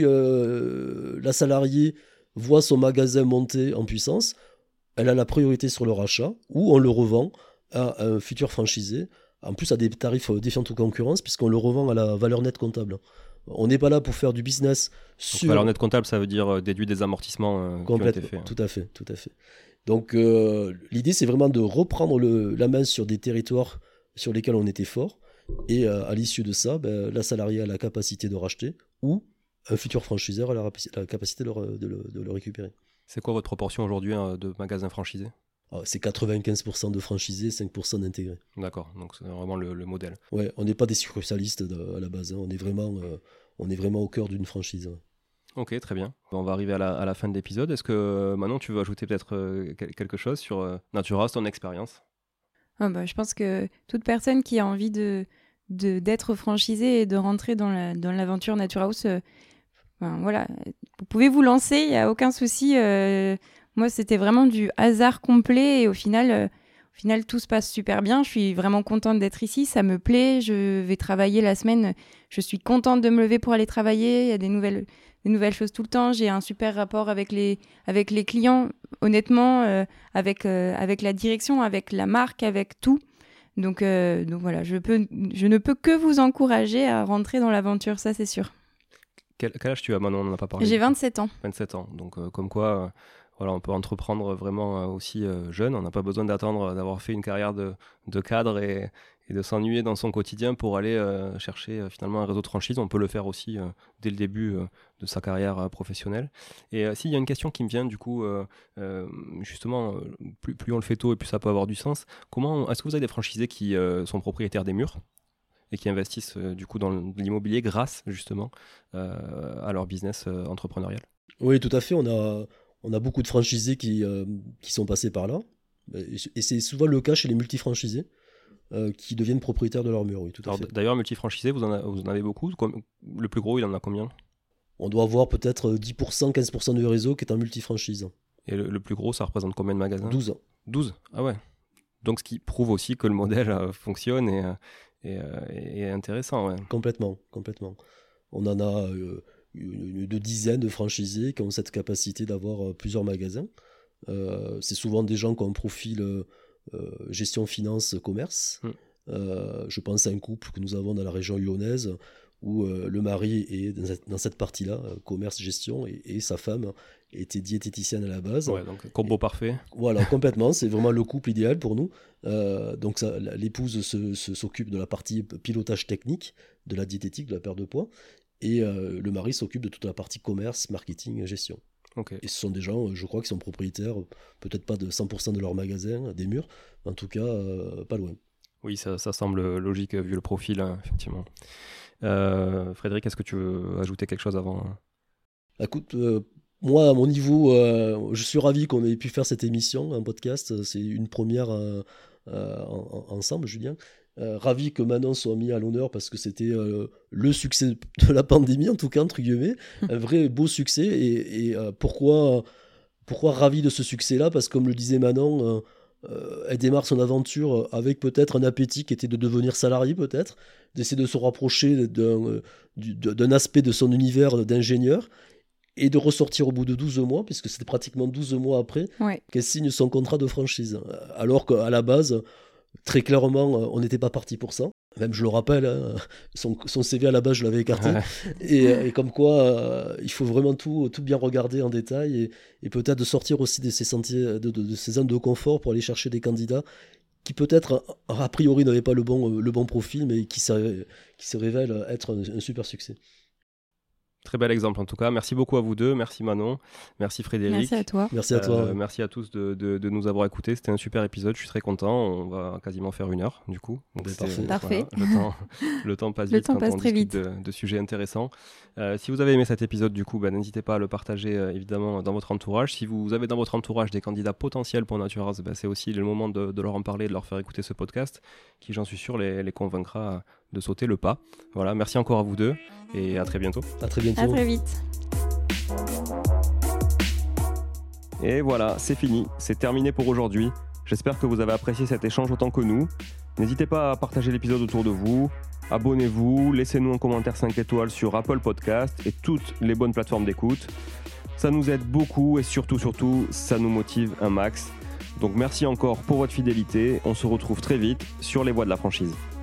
euh, la salariée voit son magasin monter en puissance, elle a la priorité sur le rachat ou on le revend à un futur franchisé, en plus à des tarifs défiant toute concurrence, puisqu'on le revend à la valeur nette comptable. On n'est pas là pour faire du business sur... Donc, valeur nette comptable, ça veut dire déduit des amortissements euh, qui ont été faits. Tout à fait, tout à fait. Donc euh, l'idée, c'est vraiment de reprendre le, la main sur des territoires sur lesquels on était fort, et euh, à l'issue de ça, ben, la salariée a la capacité de racheter, ou un futur franchiseur a la, la capacité de le, de, le, de le récupérer. C'est quoi votre proportion aujourd'hui hein, de magasins franchisés? Alors, c'est quatre-vingt-quinze pour cent de franchisés, cinq pour cent d'intégrés. D'accord, donc c'est vraiment le, le modèle. Ouais, on n'est pas des succursalistes de, à la base, hein. on, est vraiment, euh, on est vraiment au cœur d'une franchise. Ouais. Ok, très bien. On va arriver à la, à la fin de l'épisode. Est-ce que Manon, tu veux ajouter peut-être euh, quelque chose sur euh, Naturehouse, ton expérience? Oh bah, je pense que toute personne qui a envie de, de, d'être franchisée et de rentrer dans, la, dans l'aventure Naturehouse, euh, ben, voilà, vous pouvez vous lancer, il n'y a aucun souci. Euh, moi, c'était vraiment du hasard complet et au final, euh, au final, tout se passe super bien. Je suis vraiment contente d'être ici, ça me plaît. Je vais travailler la semaine. Je suis contente de me lever pour aller travailler. Il y a des nouvelles... des nouvelles choses tout le temps, j'ai un super rapport avec les, avec les clients, honnêtement, euh, avec, euh, avec la direction, avec la marque, avec tout. Donc, euh, donc voilà, je, peux, je ne peux que vous encourager à rentrer dans l'aventure, ça c'est sûr. Quel, quel âge tu as Manon? On n'en a pas parlé. J'ai vingt-sept ans. vingt-sept ans, donc euh, comme quoi... Euh... Voilà, on peut entreprendre vraiment euh, aussi euh, jeune. On n'a pas besoin d'attendre d'avoir fait une carrière de, de cadre et, et de s'ennuyer dans son quotidien pour aller euh, chercher euh, finalement un réseau de franchise. On peut le faire aussi euh, dès le début euh, de sa carrière euh, professionnelle. Et euh, s'il y a une question qui me vient du coup, euh, euh, justement, euh, plus, plus on le fait tôt et plus ça peut avoir du sens. Comment est-ce que vous avez des franchisés qui euh, sont propriétaires des murs et qui investissent euh, du coup dans l'immobilier grâce justement euh, à leur business euh, entrepreneurial? Oui, tout à fait. On a On a beaucoup de franchisés qui, euh, qui sont passés par là. Et c'est souvent le cas chez les multifranchisés euh, qui deviennent propriétaires de leur mur. Oui, tout à Alors, fait. D'ailleurs, multifranchisés, vous, en vous en avez beaucoup. Le plus gros, il en a combien? On doit avoir peut-être dix pour cent, quinze pour cent du réseau qui est en multifranchise. Et le, le plus gros, ça représente combien de magasins? douze. douze. Ah ouais. Donc, ce qui prouve aussi que le modèle euh, fonctionne et, et, et est intéressant. Ouais. Complètement, complètement. On en a... Euh, une de dizaines de franchisés qui ont cette capacité d'avoir plusieurs magasins. Euh, c'est souvent des gens qui ont un profil euh, gestion, finance, commerce. Mm. Euh, je pense à un couple que nous avons dans la région lyonnaise où euh, le mari est dans cette, dans cette partie-là, commerce, gestion, et, et sa femme était diététicienne à la base. Ouais, donc combo et, parfait. Voilà, complètement. C'est vraiment le couple idéal pour nous. Euh, donc ça, l'épouse se, se, s'occupe de la partie pilotage technique, de la diététique, de la perte de poids. Et euh, le mari s'occupe de toute la partie commerce, marketing, gestion. Okay. Et ce sont des gens, je crois, qui sont propriétaires, peut-être pas de cent pour cent de leur magasin, des murs, mais en tout cas, euh, pas loin. Oui, ça, ça semble logique vu le profil, hein, effectivement. Euh, Frédéric, est-ce que tu veux ajouter quelque chose avant? Écoute, euh, moi, à mon niveau, euh, je suis ravi qu'on ait pu faire cette émission, un podcast. C'est une première euh, euh, en, ensemble, Julien. Euh, ravi que Manon soit mis à l'honneur parce que c'était euh, le succès de la pandémie, en tout cas, entre guillemets, un vrai beau succès. Et, et euh, pourquoi, pourquoi ravi de ce succès-là? Parce que, comme le disait Manon, euh, euh, elle démarre son aventure avec peut-être un appétit qui était de devenir salarié, peut-être, d'essayer de se rapprocher d'un, d'un aspect de son univers d'ingénieur et de ressortir au bout de douze mois, puisque c'était pratiquement douze mois après, ouais. qu'elle signe son contrat de franchise. Alors qu'à la base... Très clairement, on n'était pas parti pour ça. Même, je le rappelle, hein, son, son C V à la base, je l'avais écarté. et, et comme quoi, euh, il faut vraiment tout, tout bien regarder en détail et, et peut-être de sortir aussi de ces sentiers, de, de, de ces zones de confort pour aller chercher des candidats qui peut-être, a priori, n'avaient pas le bon, le bon profil, mais qui se, qui se révèlent être un, un super succès. Très bel exemple en tout cas. Merci beaucoup à vous deux. Merci Manon. Merci Frédéric. Merci à toi. Merci à toi. Euh, merci à tous de, de, de nous avoir écoutés. C'était un super épisode. Je suis très content. On va quasiment faire une heure du coup. Donc Ben, c'est- parfait. voilà, le, temps, le temps passe Le vite temps quand passe on très discute vite. de, de sujets intéressants. Euh, si vous avez aimé cet épisode du coup, ben, n'hésitez pas à le partager euh, évidemment dans votre entourage. Si vous avez dans votre entourage des candidats potentiels pour Nature House, ben, c'est aussi le moment de, de leur en parler, de leur faire écouter ce podcast qui, j'en suis sûr, les, les convaincra de sauter le pas. Voilà, merci encore à vous deux et à très bientôt. À très bientôt. À très vite. Et voilà, c'est fini, c'est terminé pour aujourd'hui. J'espère que vous avez apprécié cet échange autant que nous. N'hésitez pas à partager l'épisode autour de vous, abonnez-vous, laissez-nous un commentaire cinq étoiles sur Apple Podcast et toutes les bonnes plateformes d'écoute. Ça nous aide beaucoup et surtout, surtout, ça nous motive un max. Donc merci encore pour votre fidélité, on se retrouve très vite sur les voies de la franchise.